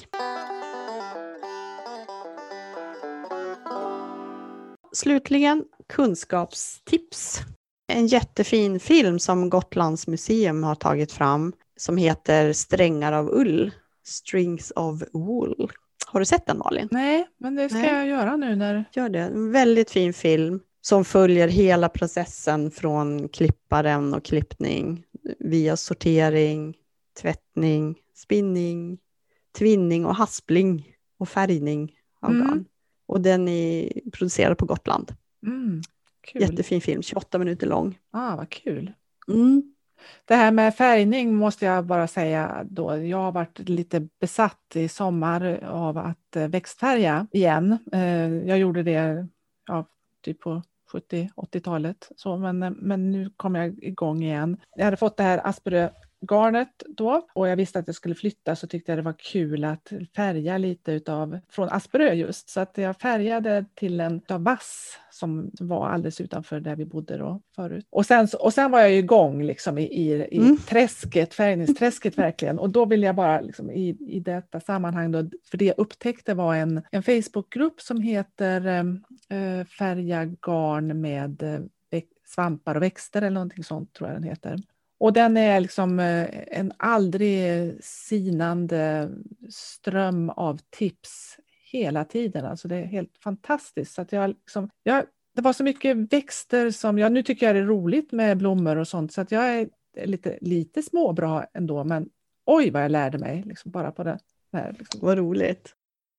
Slutligen kunskapstips. En jättefin film som Gotlands museum har tagit fram som heter Strängar av ull, Strings of Wool. Har du sett den, Malin? Nej, men det ska Nej. jag göra nu när... Gör det. En väldigt fin film som följer hela processen från klipparen och klippning via sortering, tvättning, spinning, tvinning och haspling och färgning av Mm. garn. Och den är producerad på Gotland. Mm, kul. Jättefin film, tjugoåtta minuter lång. Ah, vad kul. Mm. Det här med färgning måste jag bara säga då. Jag har varit lite besatt i sommar av att eh, växtfärga igen. Eh, jag gjorde det ja, typ på sjuttio-åttiotalet. Så, men, men nu kommer jag igång igen. Jag hade fått det här Asperö-garnet då och jag visste att jag skulle flytta, så tyckte jag det var kul att färga lite utav, från Asperö just. Så att jag färgade till en utav vass som var alldeles utanför där vi bodde då förut. Och sen, och sen var jag ju igång liksom i, i, i Mm. träsket, färgningsträsket verkligen. Och då vill jag bara liksom i, i detta sammanhang då, för det jag upptäckte var en, en Facebookgrupp som heter eh, Färga garn med eh, svampar och växter eller någonting sånt tror jag den heter. Och den är liksom eh, en aldrig sinande ström av tips hela tiden. Alltså det är helt fantastiskt. Så att jag liksom, jag, det var så mycket växter som jag, nu tycker jag det är roligt med blommor och sånt. Så att jag är lite, lite småbra ändå. Men oj vad jag lärde mig liksom bara på det här. Liksom. Vad roligt.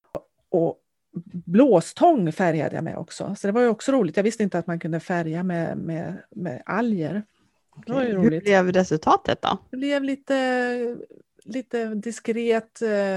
Och blåstång färgade jag med också. Så det var ju också roligt. Jag visste inte att man kunde färga med, med, med alger. Det var ju Hur roligt. blev resultatet då? Det blev lite, lite diskret eh,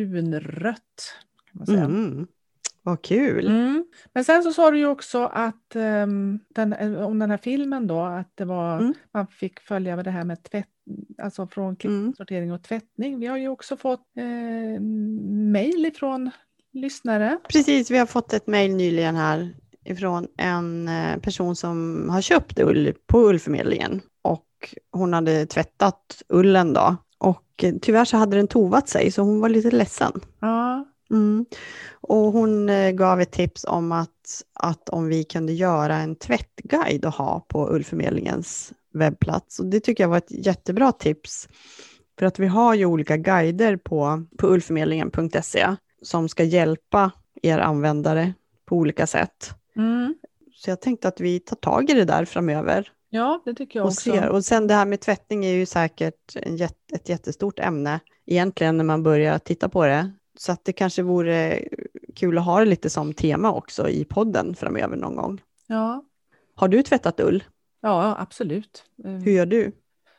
brunrött. Kan man säga. Mm. Vad kul. Mm. Men sen så sa du ju också att um, den, om den här filmen då, att det var, Mm. man fick följa med det här med tvätt, alltså från Mm. sortering och tvättning. Vi har ju också fått eh, mejl ifrån lyssnare. Precis, vi har fått ett mejl nyligen här ifrån en eh, person som har köpt ull på ullförmedlingen. Och hon hade tvättat ullen då. Och eh, tyvärr så hade den tovat sig så hon var lite ledsen. Ja. Mm. Och hon eh, gav ett tips om att, att om vi kunde göra en tvättguide att ha på ullförmedlingens webbplats. Och det tycker jag var ett jättebra tips. För att vi har ju olika guider på, på ullförmedlingen punkt se som ska hjälpa er användare på olika sätt. Mm. Så jag tänkte att vi tar tag i det där framöver. Ja, det tycker jag Och, också. ser. Och sen det här med tvättning är ju säkert en jätt, ett jättestort ämne egentligen när man börjar titta på det. Så att det kanske vore kul att ha det lite som tema också i podden framöver någon gång. Ja. Har du tvättat ull? Ja, absolut. Hur gör du?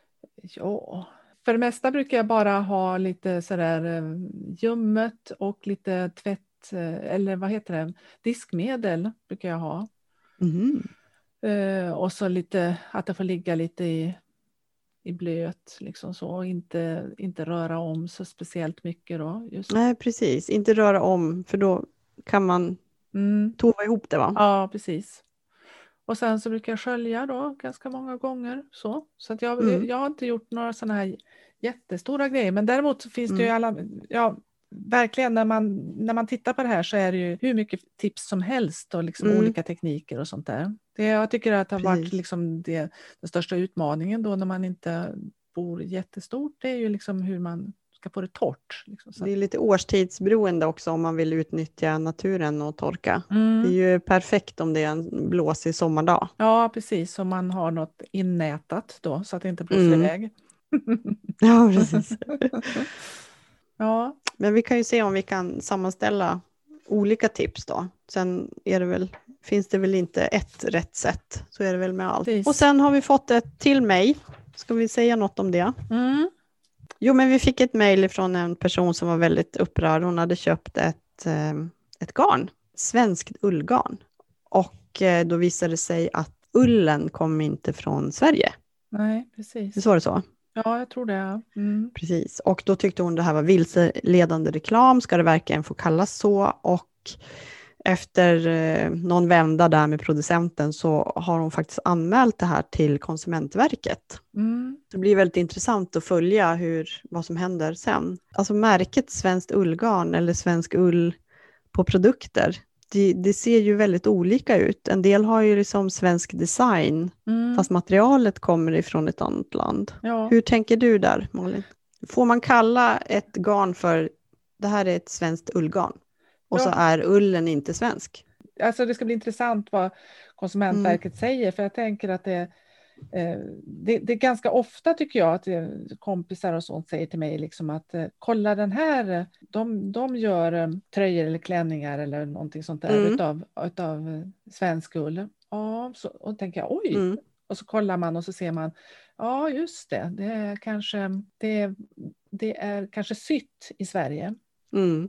Ja, för det mesta brukar jag bara ha lite sådär ljummet och lite tvätt, eller vad heter det, diskmedel brukar jag ha. Mm. Uh, och så lite, att det får ligga lite i, i blöt liksom så, och inte, inte röra om så speciellt mycket då. Just. Nej, precis. Inte röra om, för då kan man Mm. tova ihop det, va? Ja, precis. Och sen så brukar jag skölja då ganska många gånger. Så, så att jag, Mm. jag har inte gjort några sådana här jättestora grejer. Men däremot så finns det Mm. ju alla, ja, verkligen när man, när man tittar på det här så är det ju hur mycket tips som helst och liksom Mm. olika tekniker och sånt där. Det, jag tycker att det har varit Precis. liksom det, den största utmaningen då när man inte bor jättestort. Det är ju liksom hur man ska få det torrt. Liksom, så. Det är lite årstidsberoende också om man vill utnyttja naturen och torka. Mm. Det är ju perfekt om det är en blåsig sommardag. Ja, precis. Så man har något innätat då så att det inte blåser Mm. iväg. Ja, precis. Ja, Men vi kan ju se om vi kan sammanställa olika tips då. Sen är det väl, finns det väl inte ett rätt sätt. Så är det väl med allt. Precis. Och sen har vi fått ett till mejl. Ska vi säga något om det? mm. Jo, men vi fick ett mejl från en person som var väldigt upprörd. Hon hade köpt ett, eh, ett garn. Svenskt ullgarn. Och eh, då visade det sig att ullen kom inte från Sverige. Nej, precis. Visst var det så? Ja, jag tror det. Mm. Precis. Och då tyckte hon det här var vilseledande reklam. Ska det verkligen få kallas så? Och efter eh, någon vända där med producenten så har hon faktiskt anmält det här till Konsumentverket. Mm. Det blir väldigt intressant att följa hur, vad som händer sen. Alltså märket Svenskt ullgarn eller Svensk ull på produkter, det, det ser ju väldigt olika ut. En del har ju liksom svensk design, Mm. fast materialet kommer ifrån ett annat land. Ja. Hur tänker du där, Malin? Får man kalla ett garn för, det här är ett svenskt ullgarn, och Ja. så är ullen inte svensk? Alltså det ska bli intressant vad Konsumentverket Mm. säger, för jag tänker att det, eh, det, det är ganska ofta tycker jag att eh, kompisar och sånt säger till mig liksom att eh, kolla den här, de, de gör eh, tröjor eller klänningar eller någonting sånt där Mm. utav, utav eh, svensk ull. Ja, så, och då tänker jag oj, Mm. och så kollar man och så ser man, ja just det, det är kanske, det, det är kanske sytt i Sverige. Mm.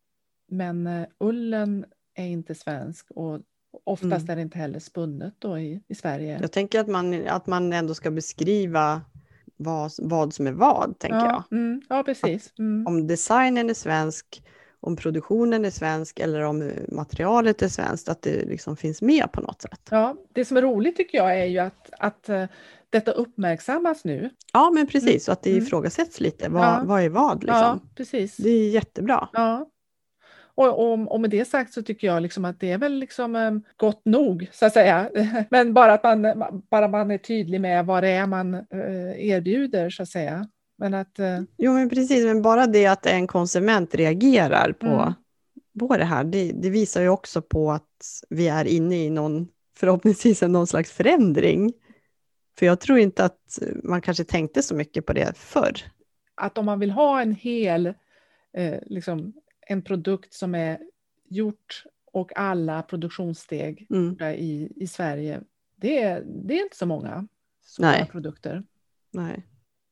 Men uh, ullen är inte svensk och oftast Mm. är det inte heller spunnet då i, i Sverige. Jag tänker att man, att man ändå ska beskriva vad, vad som är vad, tänker ja, jag. mm, ja, precis. Mm. Om designen är svensk, om produktionen är svensk eller om materialet är svenskt, att det liksom finns med på något sätt. Ja, det som är roligt tycker jag är ju att, att uh, detta uppmärksammas nu. Ja, men precis. Mm. Så att det Mm. ifrågasätts lite. Vad, Ja. vad är vad liksom? Ja, precis. Det är jättebra. Ja. Och, och, och med det sagt så tycker jag liksom att det är väl liksom um, gott nog så att säga. Men bara att man, bara man är tydlig med vad det är man uh, erbjuder så att säga. Men att, uh, Jo, men precis. Men bara det att en konsument reagerar på, Mm. på det här, det, det visar ju också på att vi är inne i någon, förhoppningsvis någon slags förändring. För jag tror inte att man kanske tänkte så mycket på det förr. att om man vill ha en hel eh, liksom en produkt som är gjort och alla produktionssteg Mm. i, i Sverige, det är, det är inte så många sådana Nej. produkter. Nej.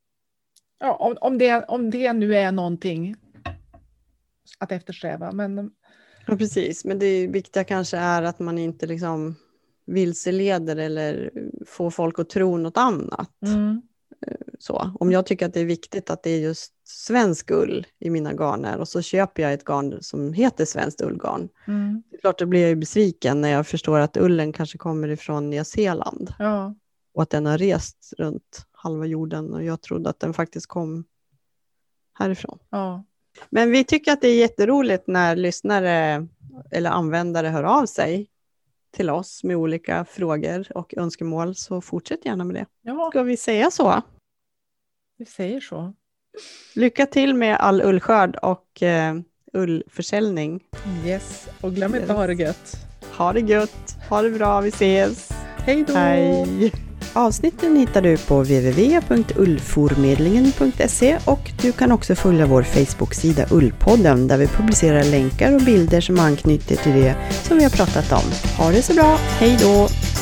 Ja, om, om, det, om det nu är någonting att eftersträva. Men, Ja, precis. Men det viktiga kanske är att man inte liksom vilseleder eller får folk att tro något annat. mm, Så. Om jag tycker att det är viktigt att det är just svensk ull i mina garner och så köper jag ett garn som heter svenskt ullgarn. mm, Det är klart, då blir jag ju besviken när jag förstår att ullen kanske kommer ifrån Nya Zeeland ja, och att den har rest runt halva jorden och jag trodde att den faktiskt kom härifrån. ja, Men vi tycker att det är jätteroligt när lyssnare eller användare hör av sig till oss med olika frågor och önskemål, så fortsätt gärna med det. ja, Ska vi säga så? vi säger så. Lycka till med all ullskörd och eh, ullförsäljning. Yes, och glöm inte att ha det gött. Ha det gött, ha det bra, vi ses. Hej då! Hej! Avsnitten hittar du på w w w punkt ullformedlingen punkt se och du kan också följa vår Facebook-sida Ullpodden där vi publicerar länkar och bilder som anknyter till det som vi har pratat om. Ha det så bra, hej då!